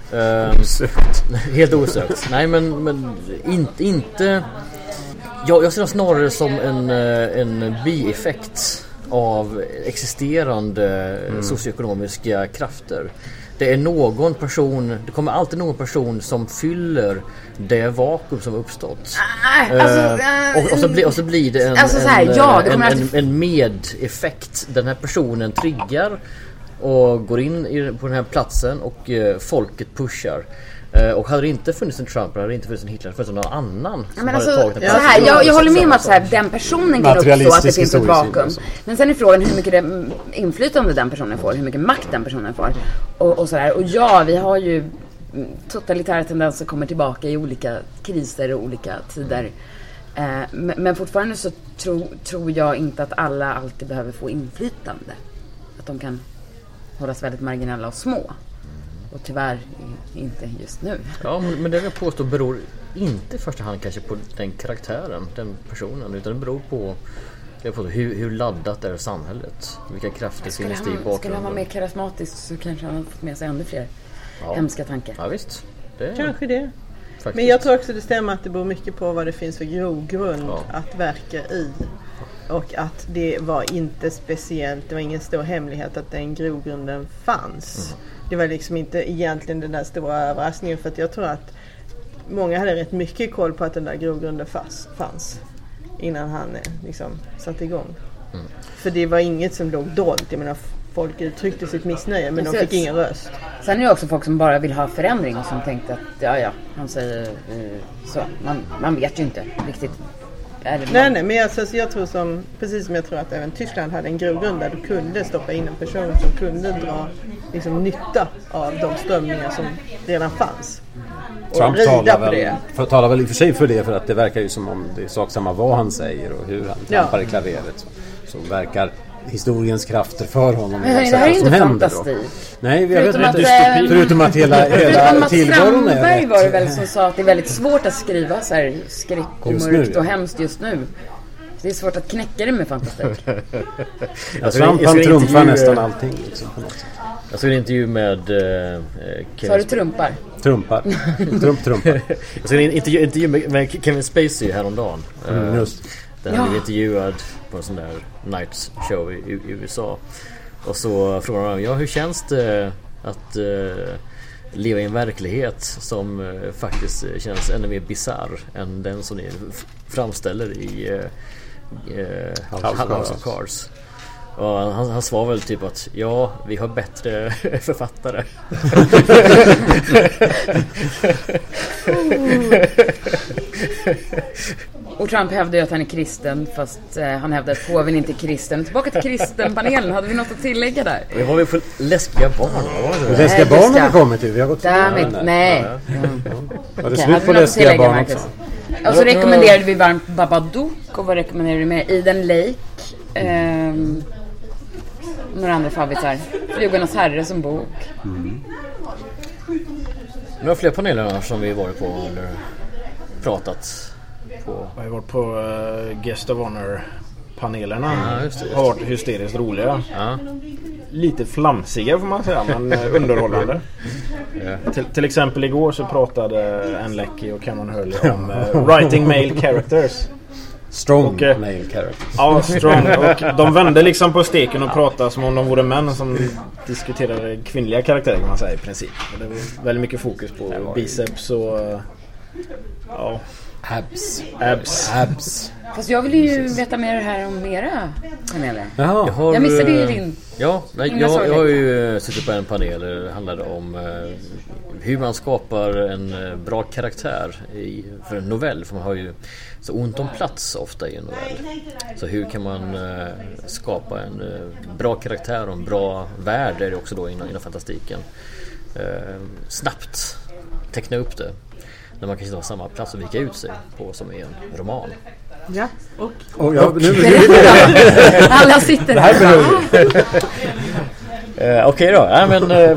Helt osökt. Nej, men inte jag ser det snarare som en bieffekt av existerande socioekonomiska krafter. Det är någon person, det kommer alltid någon person som fyller det vakuum som uppstått. Och så blir det en medeffekt. Den här personen triggar och går in på den här platsen och folket pushar. Och hade det inte funnits en Trump, hade det inte funnits en Hitler, hade det funnits någon annan som hade tagit en plats. Jag håller med om att så här, den personen kan uppstå att det finns ett vakuum. Men sen är frågan hur mycket inflytande den personen får, hur mycket makt den personen får. Och sådär. Och ja, vi har ju totalitära tendenser kommer tillbaka i olika kriser och olika tider. Men fortfarande så tror jag inte att alla alltid behöver få inflytande. Att de kan hållas väldigt marginella och små. Och tyvärr inte just nu. Ja, men det jag påstår beror inte i första hand kanske på den karaktären, den personen, utan det beror på hur laddat är samhället. Vilka krafter finns det i bakgrunden. Skulle han vara mer karismatisk så kanske han har fått med sig ännu fler hemska tankar. Ja, visst. Kanske det. Faktiskt. Men jag tror också det stämmer att det beror mycket på vad det finns för grogrund att verka i. Och att det var inte speciellt, det var ingen stor hemlighet att den grogrunden fanns. Det var liksom inte egentligen den där stora överraskningen, för att jag tror att många hade rätt mycket koll på att den där grogrunden fanns innan han liksom satte igång. För det var inget som låg dolt. Jag menar, folk uttryckte sitt missnöje, men de fick ingen röst. Sen är det också folk som bara vill ha förändring och som tänkte att han säger så. Man vet ju inte riktigt Nej, men jag tror precis som jag tror att även Tyskland hade en grogrund där du kunde stoppa in en person som kunde dra liksom nytta av de strömningar som redan fanns. Trump talar väl i och för sig för det, för att det verkar ju som om det är sak samma vad han säger och hur han trampar i klaveret. Så verkar historiens krafter för honom. Men det här är inte fantastik. Nej, förutom att hela tillvaron är Strandberg var det väl som sa att det är väldigt svårt att skriva så här skräck och mörkt och hemskt just nu. Det är svårt att knäcka det med fantastik. Trump trumfar nästan allting liksom, på något sätt. Jag såg en intervju med Sa du trumpar? Trumpar. Jag såg en intervju med Kevin Spacey häromdagen. Just. Där han blev intervjuad på en sån där night show i USA. Och så frågade han, hur känns det att leva i en verklighet som faktiskt känns ännu mer bizarr än den som ni framställer i House of Cards. Och han svarar väl typ att vi har bättre författare. Och Trump hävdade ju att han är kristen, fast han hävdade att påven inte är kristen. Tillbaka till kristenpanelen, hade vi något att tillägga där? Vi har väl för läskiga barn. Läskiga barn har vi kommit till, vi har gått nej. Var det slut på läskiga barn också? Och så rekommenderade vi varmt Babadook, och vad rekommenderade du med? Eden Lake, några andra favoritar. Flugornas herre som bok. Vi har fler paneler som vi varit på eller pratat på. Jag har varit på Guest of Honor-panelerna. Har varit hysteriskt roliga. Lite flamsiga får man säga, men underhållande. Till exempel igår så pratade Anne Leckie och Cameron Hurley om writing male characters. Strong male characters. Ja, strong. Och de vände liksom på steken och pratade som om de vore män som diskuterade kvinnliga karaktärer, kan man säga i princip. Det var väldigt mycket fokus på biceps och abs. Fast jag vill ju veta mer här om era paneler. Jag missade ju din. Jag har ju suttit på en panel där det handlade om hur man skapar en bra karaktär för en novell. För man har ju så ont om plats ofta i en novell. Så hur kan man skapa en bra karaktär och en bra värld är det också då inom fantastiken. Snabbt teckna upp det. När man kanske inte har samma plats att vika ut sig på som i en roman. Ja, och alla sitter här. Okej då. Men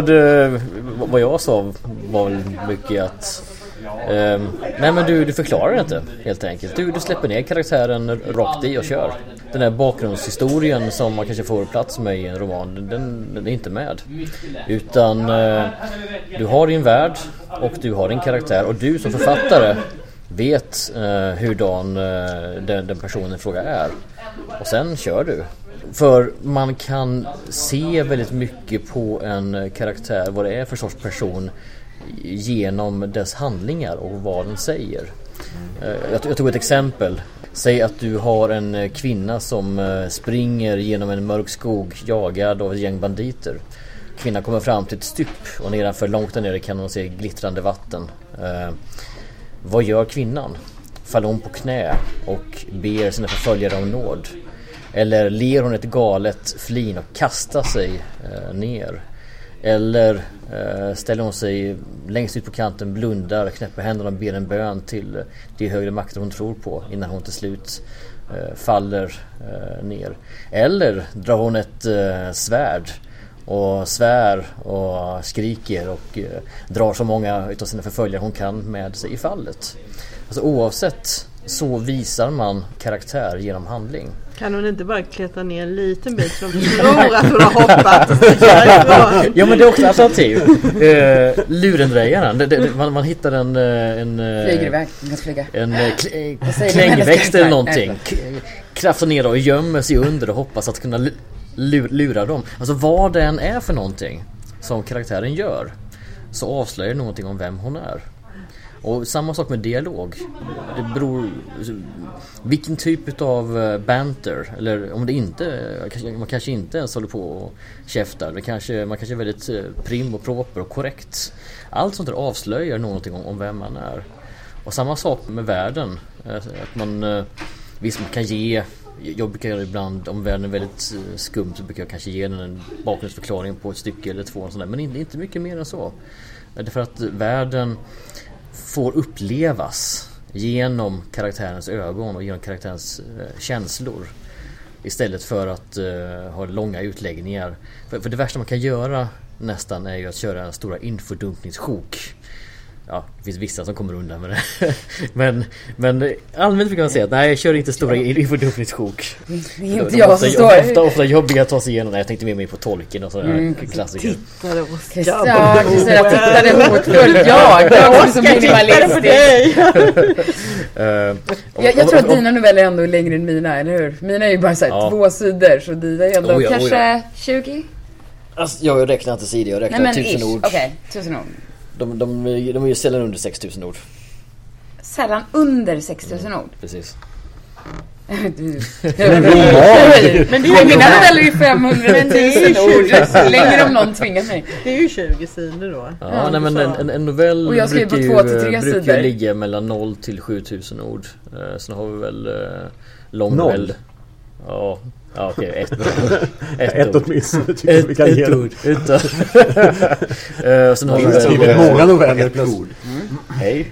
vad jag sa var väl mycket att nej, men du förklarar inte helt enkelt. Du släpper ner karaktären rakt i och kör. Den här bakgrundshistorien som man kanske får plats med i en roman, den är inte med. Utan du har din värld och du har din karaktär, och du som författare vet hurdan den personen i fråga är. Och sen kör du. För man kan se väldigt mycket på en karaktär, vad det är för sorts person, genom dess handlingar och vad den säger. Jag tog ett exempel. Säg att du har en kvinna som springer genom en mörk skog jagad av ett gäng banditer. Kvinnan kommer fram till ett stup och nedanför, långt där nere kan hon se glittrande vatten. Vad gör kvinnan? Faller hon på knä och ber sina förföljare om nåd? Eller ler hon ett galet flin och kastar sig ner? Eller ställer hon sig längst ut på kanten, blundar, knäpper händerna och ber en bön till de högre makter hon tror på innan hon till slut faller ner? Eller drar hon ett svärd och svär och skriker och drar så många utav sina förföljare hon kan med sig i fallet? Alltså oavsett så visar man karaktär genom handling. Kan hon inte bara klättra ner en liten bit som tror att hon har hoppat? Ja, men det är också alternativ. Lurendrejaren. Man hittar en flyger iväg, kan flyga. En klängväxt eller någonting. Kraftar ner och gömmer sig under och hoppas att kunna lura dem. Alltså vad det än är för någonting som karaktären gör, så avslöjar någonting om vem hon är. Och samma sak med dialog. Det beror vilken typ av banter, eller om det inte, man kanske inte ens håller på och käftar. Man kanske är väldigt prim och proper och korrekt. Allt sånt där avslöjar någonting om vem man är. Och samma sak med världen. Att man visst man kan ge, jag brukar ibland, om världen är väldigt skum så brukar jag kanske ge den en bakgrundsförklaring på ett stycke eller två och sådär, men inte mycket mer än så. Därför att världen får upplevas genom karaktärens ögon och genom karaktärens känslor istället för att ha långa utläggningar. För det värsta man kan göra nästan är ju att köra en stora infodumpningssjok. Ja, det finns vissa som kommer undan med det. men allmänt brukar man säga att nej, jag kör inte stora infodumpningssjok. Det är inte jag som står. Ofta jobbiga att ta sig igenom. Jag tänkte med mig på Tolkien och sådär klassiker. Tittade och jag tittade hotfullt. Jag som minimalistisk. Jag tror att dina noveller är ändå längre än mina, eller hur? Mina är ju bara så här 2 sidor, så dina är ändå kanske 20? Alltså, jag räknar inte sidor, jag räknar 1000 ord. Okej, 1000 ord. De är ju sällan under 6000 ord. Sällan under 6000 ord? Precis. Men mina noveller är 500 000 ord. Längre om någon tvingar mig. Det är ju 20 sidor då. Ja, nej, men en novell och jag brukar ligga mellan 0 till 7000 ord. Sen har vi väl lång novell. Ja, okej. Ett åtminstone tycker jag vi kan ge ord. Sen har vi skrivit många noveller plus ord. Hej.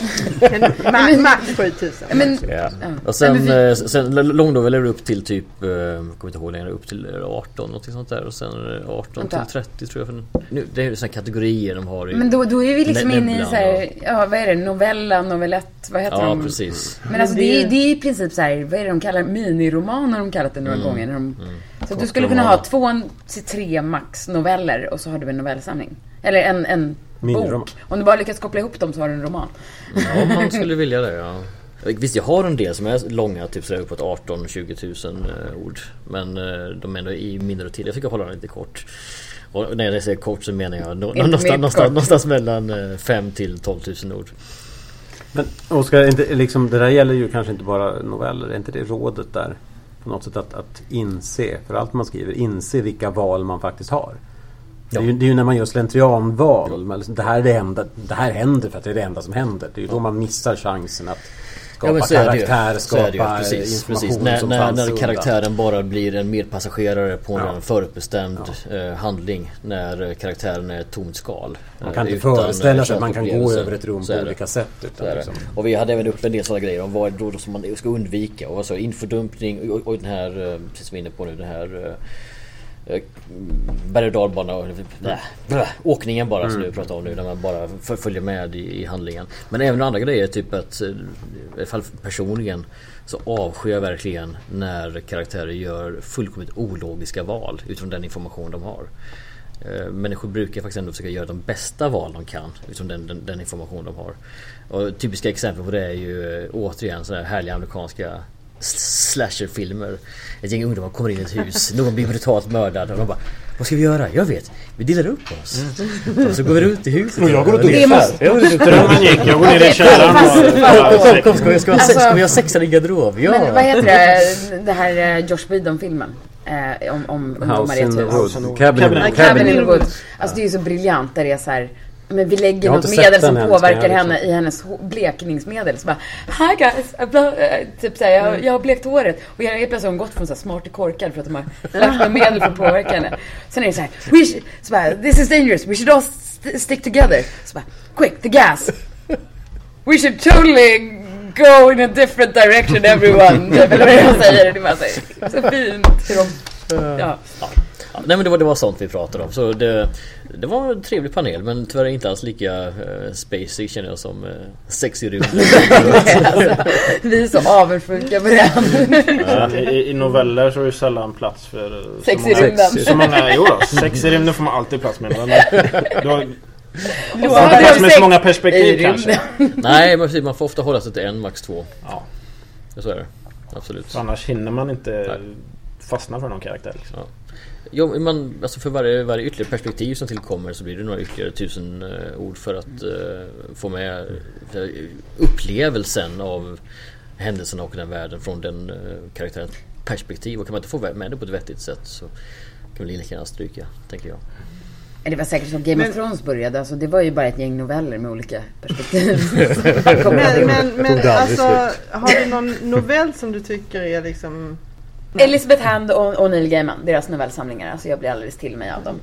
Max 7000. Och sen långnoveller upp till typ kommer inte ihåg längre, upp till 18 något sånt där, och sen 18 till 30 tror jag. Nu det är ju såna kategorier de har i. Men då är vi liksom inne i så här, vad är det, novella, novellett, vad heter de? Ja, precis. Men alltså det är i princip så här, vad är det de kallar miniromaner, de kallat det några gånger när så att du skulle kunna ha 2 till 3 max noveller och så har du en novellsamling. Eller en bok. Om du bara lyckas koppla ihop dem så har du en roman. Ja, man skulle vilja det, ja. Visst, jag har en del som är långa, typ sådär uppåt 18-20 000 ord. Men de är ändå i mindre tid. Jag försöker hålla den lite kort. Och när jag säger kort så menar jag någonstans mellan 5 till 12 000 ord. Men Oskar, liksom, det där gäller ju kanske inte bara noveller. Är inte det rådet där? På något sätt att inse, för allt man skriver, inse vilka val man faktiskt har. Ja. Det är ju när man gör slentrianval. Det här händer för att det är det enda som händer. Det är ju då man missar chansen att skapa karaktär, skapa information när karaktären bara blir en medpassagerare på en förutbestämd handling. När karaktären är ett tomt skal. Man kan inte föreställa sig att man kan gå över ett rum på olika sätt. Liksom. Och vi hade även upp en del sådana grejer om vad det då som man ska undvika. Och alltså infodumpning och den här, precis som vi är inne på nu, den här berg- och dalbana, åkningen bara som du pratar om nu, där man bara följer med i handlingen. Men även andra grejer, typ att i alla fall personligen så avskyr jag verkligen när karaktärer gör fullkomligt ologiska val utifrån den information de har. Människor brukar faktiskt ändå försöka göra de bästa val de kan utifrån den information de har. Och typiska exempel på det är ju återigen sådana här härliga amerikanska slasherfilmer. Ett gäng ungdomar kommer in i ett hus, någon blir brutalt mördad och de bara, vad ska vi göra? Jag vet, vi delar upp oss. Och så går vi ut i huset. Och jag går ut och jag går ner i källaren. Ska vi ha sexan i garderob? Ja. Men vad heter det här Josh Whedon-filmen? Om ungdomar i ett hus. Cabin in the Woods. Alltså det är ju så briljant där det är så här, men vi lägger något medel som påverkar henne i hennes blekningsmedel. Så bara, hi guys, typ såhär, jag har blekt håret. Och jag är plötsligt gått från så här smart till korkad för att de har lagt med medel för att påverka henne. Sen är det så här, this is dangerous, we should all stick together. Så bara, quick, the gas. We should totally go in a different direction everyone. Eller vad jag säger, det var så fint. Ja. Nej, men det var sånt vi pratade om. Så det var en trevlig panel, men tyvärr inte alls lika spacey känner jag som sexy rymd. Vi är så avundsjuka på det. I noveller så är det sällan plats för sexy rymden. Sexy rymden får man alltid plats med. Du har plats med så många perspektiv kanske. Nej, man får ofta hålla sig till 1, max 2. Ja. Så är det. Absolut. Så annars hinner man inte fastna för någon karaktär liksom. Ja. Ja, alltså för varje ytterligare perspektiv som tillkommer så blir det några ytterligare 1000 ord för att få med upplevelsen av händelserna och den världen från den karaktärens perspektiv. Och kan man inte få med det på ett vettigt sätt så kan man lika gärna stryka, tänker jag. Det var säkert som Game of Thrones började. Alltså, det var ju bara ett gäng noveller med olika perspektiv. men alltså, har du någon novell som du tycker är liksom... Elizabeth Hand och Neil Gaiman, deras novellsamlingar. Alltså jag blir alldeles till mig av dem.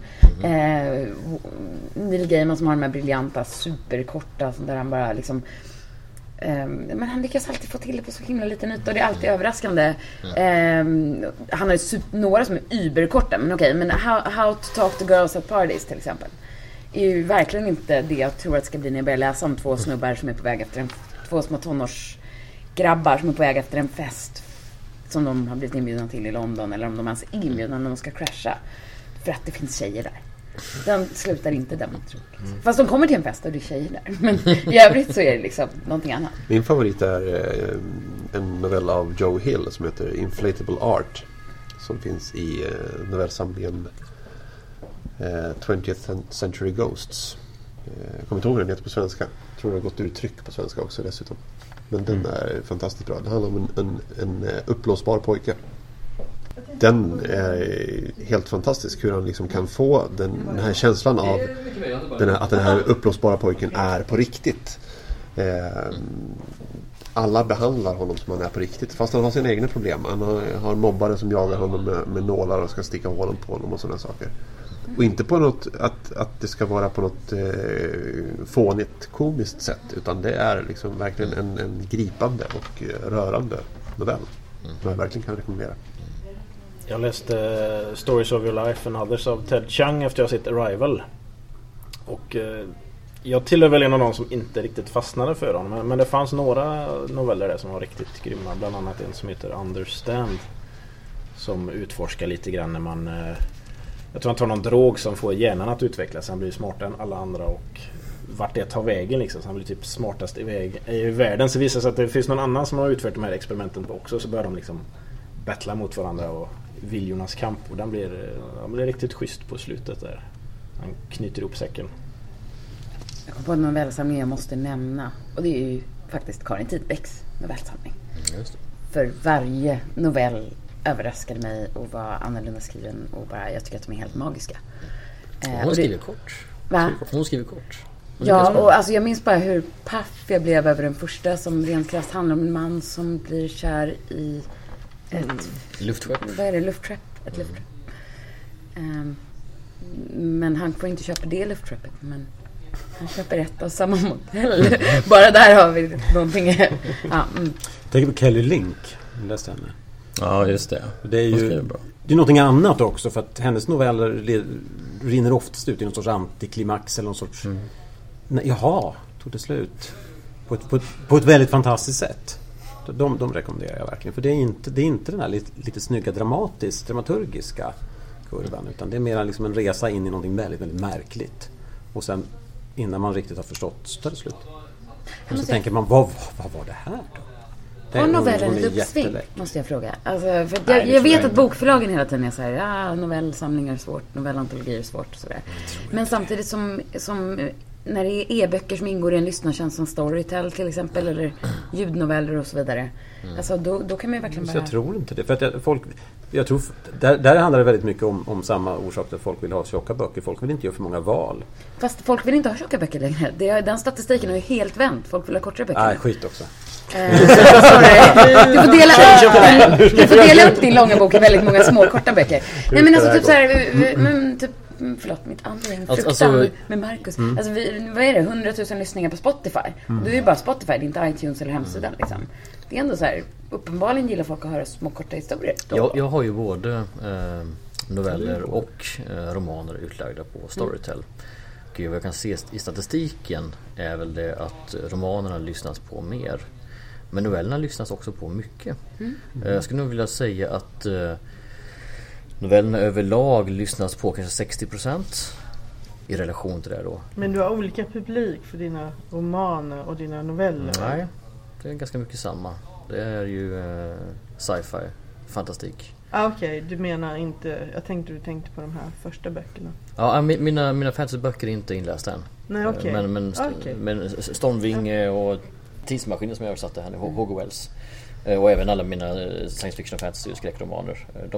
Neil Gaiman som har de här briljanta, superkorta, där han bara liksom... men han lyckas alltid få till det på så himla liten yta och det är alltid överraskande. Han har ju några som är überkorta, men okej, men How to Talk to Girls at Parties till exempel är ju verkligen inte det jag tror att det ska bli när jag börjar läsa om två snubbar som är på väg efter två små tonårsgrabbar som är på väg efter en fest som de har blivit inbjudna till i London, eller om de ens är inbjudna när de ska crasha för att det finns tjejer där. Den slutar inte dramatiskt. Fast de kommer till en fest och det är tjejer där. Men i övrigt så är det liksom någonting annat. Min favorit är en novell av Joe Hill som heter Inflatable Art. Som finns i novellsamlingen 20th Century Ghosts. Jag kommer inte ihåg den heter på svenska. Jag tror det har gått ur tryck på svenska också dessutom. Men den är fantastiskt bra. Det handlar om en uppblåsbar pojke. Den är helt fantastisk hur han liksom kan få den här känslan av att den här uppblåsbara pojken är på riktigt. Alla behandlar honom som han är på riktigt fast han har sina egna problem. Han har mobbare som jagar honom med nålar och ska sticka hålen på honom och sådana saker. Och inte på något att det ska vara på något fånigt komiskt sätt, utan det är liksom verkligen en gripande och rörande novell som jag verkligen kan rekommendera. Jag läste Stories of Your Life and Others av Ted Chiang efter jag sett Arrival. Och jag tillhör väl en av de som inte riktigt fastnade för honom. Men det fanns några noveller där som var riktigt grymma. Bland annat en som heter Understand. Som utforskar lite grann när man... jag tror han tar någon drog som får hjärnan att utvecklas. Han blir smartare än alla andra och vart det tar vägen liksom. Så han blir typ smartast i världen. Så visar det sig att det finns någon annan som har utfört de här experimenten på också. Så börjar de liksom battla mot varandra och viljornas kamp. Och den blir riktigt schysst på slutet där. Han knyter ihop säcken. Jag kom på en novellsamling jag måste nämna. Och det är ju faktiskt Karin Tidbecks novellsamling. Just det. För varje novell överraskade mig och var annorlunda skriven. Och bara, jag tycker att de är helt magiska. Hon skriver kort. Va? Hon skriver kort. Ja, och alltså jag minns bara hur paff jag blev över den första som rent krasst handlar om en man som blir kär i ett luftskepp. Vad är det? Luftskepp? Ett luftskepp. Men han får inte köpa det luftskeppet, men han köper ett av samma modell. Bara där har vi någonting. Tänk på Kelly Link. Läste henne. Ja, just det. Det är ju det är någonting annat också, för att hennes noveller rinner oftast ut i någon sorts antiklimax eller någon sorts jaha, tog det slut på ett väldigt fantastiskt sätt. De rekommenderar jag verkligen, för det är inte den här lite snygga dramaturgiska kurvan, utan det är mer liksom en resa in i någonting väldigt, väldigt märkligt. Och sen innan man riktigt har förstått så tar det slut. Och så tänker man, vad var det här då? Har novellen ett uppsving, måste jag fråga. Alltså, för jag vet att bokförlagen hela tiden är så här, novellsamlingar är svårt, novellantologier är svårt och sådär. Men samtidigt som när det är e-böcker som ingår i en lyssnartjänst som Storytel till exempel, eller ljudnoveller och så vidare. Alltså då kan man ju verkligen bara... Jag tror inte det, för att jag tror där handlar det väldigt mycket om samma orsak att folk vill ha tjocka böcker. Folk vill inte göra för många val. Fast folk vill inte ha tjocka böcker längre. Den statistiken är ju helt vänt. Folk vill ha kortare böcker. Nej, skit också. Du får dela upp din långa bok i väldigt många små korta böcker. Nej, men alltså typ så här, förlåt, mitt andra är en fruktan med Marcus. Alltså vad är det? 100 000 lyssningar på Spotify. Det är ju bara Spotify, det är inte iTunes eller hemsidan liksom. Det är ändå så här, uppenbarligen gillar folk att höra små korta historier. Jag har ju både noveller och romaner utlagda på Storytel. Och vad jag kan se i statistiken är väl det att romanerna lyssnas på mer. Men novellerna lyssnas också på mycket. Jag skulle nog vilja säga att novellerna överlag lyssnas på kanske 60% i relation till det då. Men du har olika publik för dina romaner och dina noveller? Nej, det är ganska mycket samma. Det är ju sci-fi, fantastik. Okej, du menar inte... Jag tänkte du tänkte på de här första böckerna. Ja, mina fantasyböcker är inte inlästa än. Nej, okej. Men Stormvinge och Tidsmaskinen som jag översatte här nu, H.G. Wells. Och även alla mina science fiction, fantasy och skräckromaner.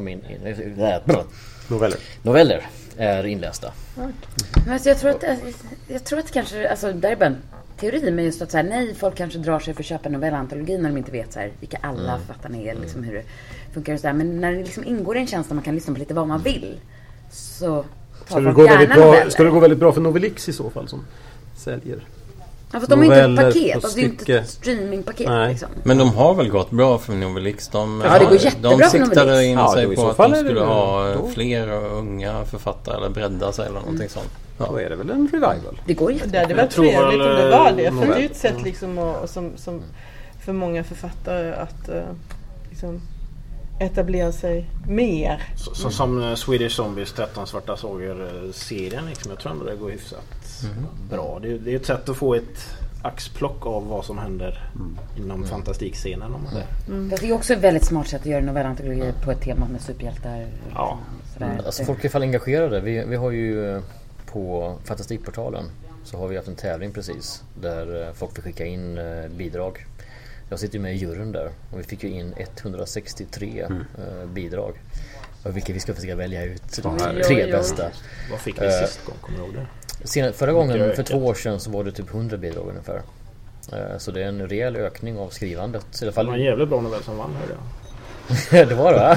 Noveller är inlästa. Alltså, jag tror att kanske, alltså där är bara en teori, men just att så här, nej, folk kanske drar sig för att köpa novellantologin när de inte vet så här, vilka alla författarna är, liksom, hur det funkar och så där. Men när det liksom ingår i en tjänst där man kan lyssna på lite vad man vill, så tar folk gärna noveller. Ska det gå väldigt bra för Novelix i så fall som säljer? Ja, fast de är inte ett paket, alltså det är inte ett streamingpaket liksom. Men de har väl gått bra för Novelix. Det går jättebra för Novelix. De siktade in sig på att de skulle ha fler unga författare eller bredda sig eller någonting sånt. Ja, då är det väl en revival. Det går jättebra. Det hade varit trevligt om det var det. För det är ju ett sätt liksom, och som för många författare att liksom etablera sig mer. Som Swedish Zombies 13 svarta såger-serien liksom. Jag tror ändå det går hyfsat bra. Det är ett sätt att få ett axplock av vad som händer inom fantastikscenen. Det är också ett väldigt smart sätt att göra novellantologi på ett tema med superhjältar. Ja. Alltså folk är i alla fall engagerade. Vi har ju på Fantastikportalen så har vi haft en tävling precis där folk får skicka in bidrag. Jag sitter ju med i juryn där och vi fick ju in 163 bidrag. Och vilka vi ska försöka välja ut de 3 bästa. Vad fick vi sist gång? Kommer du ihåg det? Förra gången, för 2 år sedan, så var det typ 100 bidrag ungefär. Så det är en rejäl ökning av skrivandet. I alla fall... Det var en jävligt bra novell som vann, hörde jag. Det var det, va?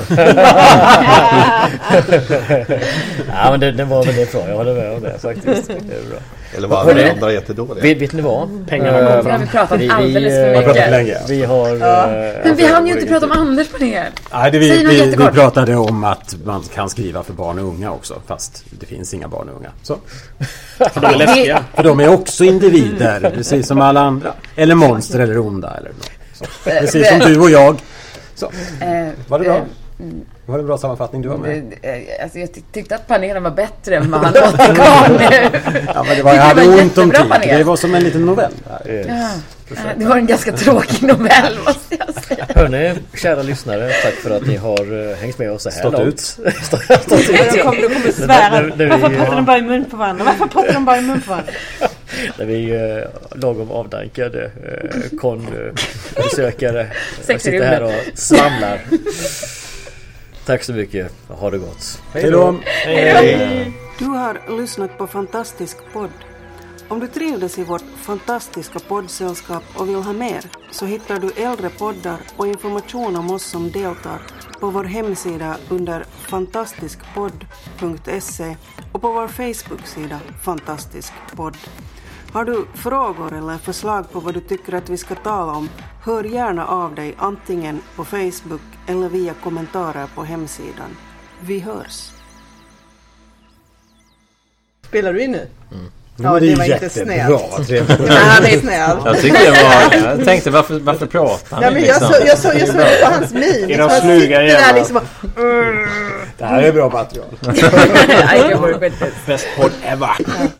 Ja, men det var väldigt bra. Jag håller med om det faktiskt. Det är bra. Eller var det andra jättedåliga? Vet ni vad? Pengarna Vi har pratat alldeles för mycket. Vi har... Men vi hann ju inte prata om Anders på det. Nej, vi pratade om att man kan skriva för barn och unga också. Fast det finns inga barn och unga. Så. För de är läskiga. För de är också individer, precis som alla andra. Eller monster eller onda. Eller något. Så. Precis som du och jag. Så. Var det bra? Var det en bra sammanfattning du har med? Alltså jag tyckte att panelen var bättre än vad han återgav nu. Ja, men jag hade ont om tid. Det var som en liten novell. Det var en ganska tråkig novell, måste jag säga. Hörrni, kära lyssnare, tack för att ni har hängt med oss så här Stått långt. ut. Du kommer svära. Varför pratar de bara i mun på varandra? När vi lagom avdankade besökare sitter här och svamlar. Tack så mycket. Ha det gott. Hej då. Du har lyssnat på Fantastisk podd. Om du trivdes i vårt fantastiska poddsällskap och vill ha mer, så hittar du äldre poddar och information om oss som deltar på vår hemsida under fantastiskpodd.se och på vår Facebook-sida Fantastisk podd. Har du frågor eller förslag på vad du tycker att vi ska tala om, hör gärna av dig antingen på Facebook eller via kommentarer på hemsidan. Vi hörs! Spelar du in nu? Ja, det var inte snällt. Han är snäll. Jag tänkte varför pratar han? Ja, jag såg det på hans min. Era sluga jävlar. Liksom, det här är bra material. Det var bäst podd ever.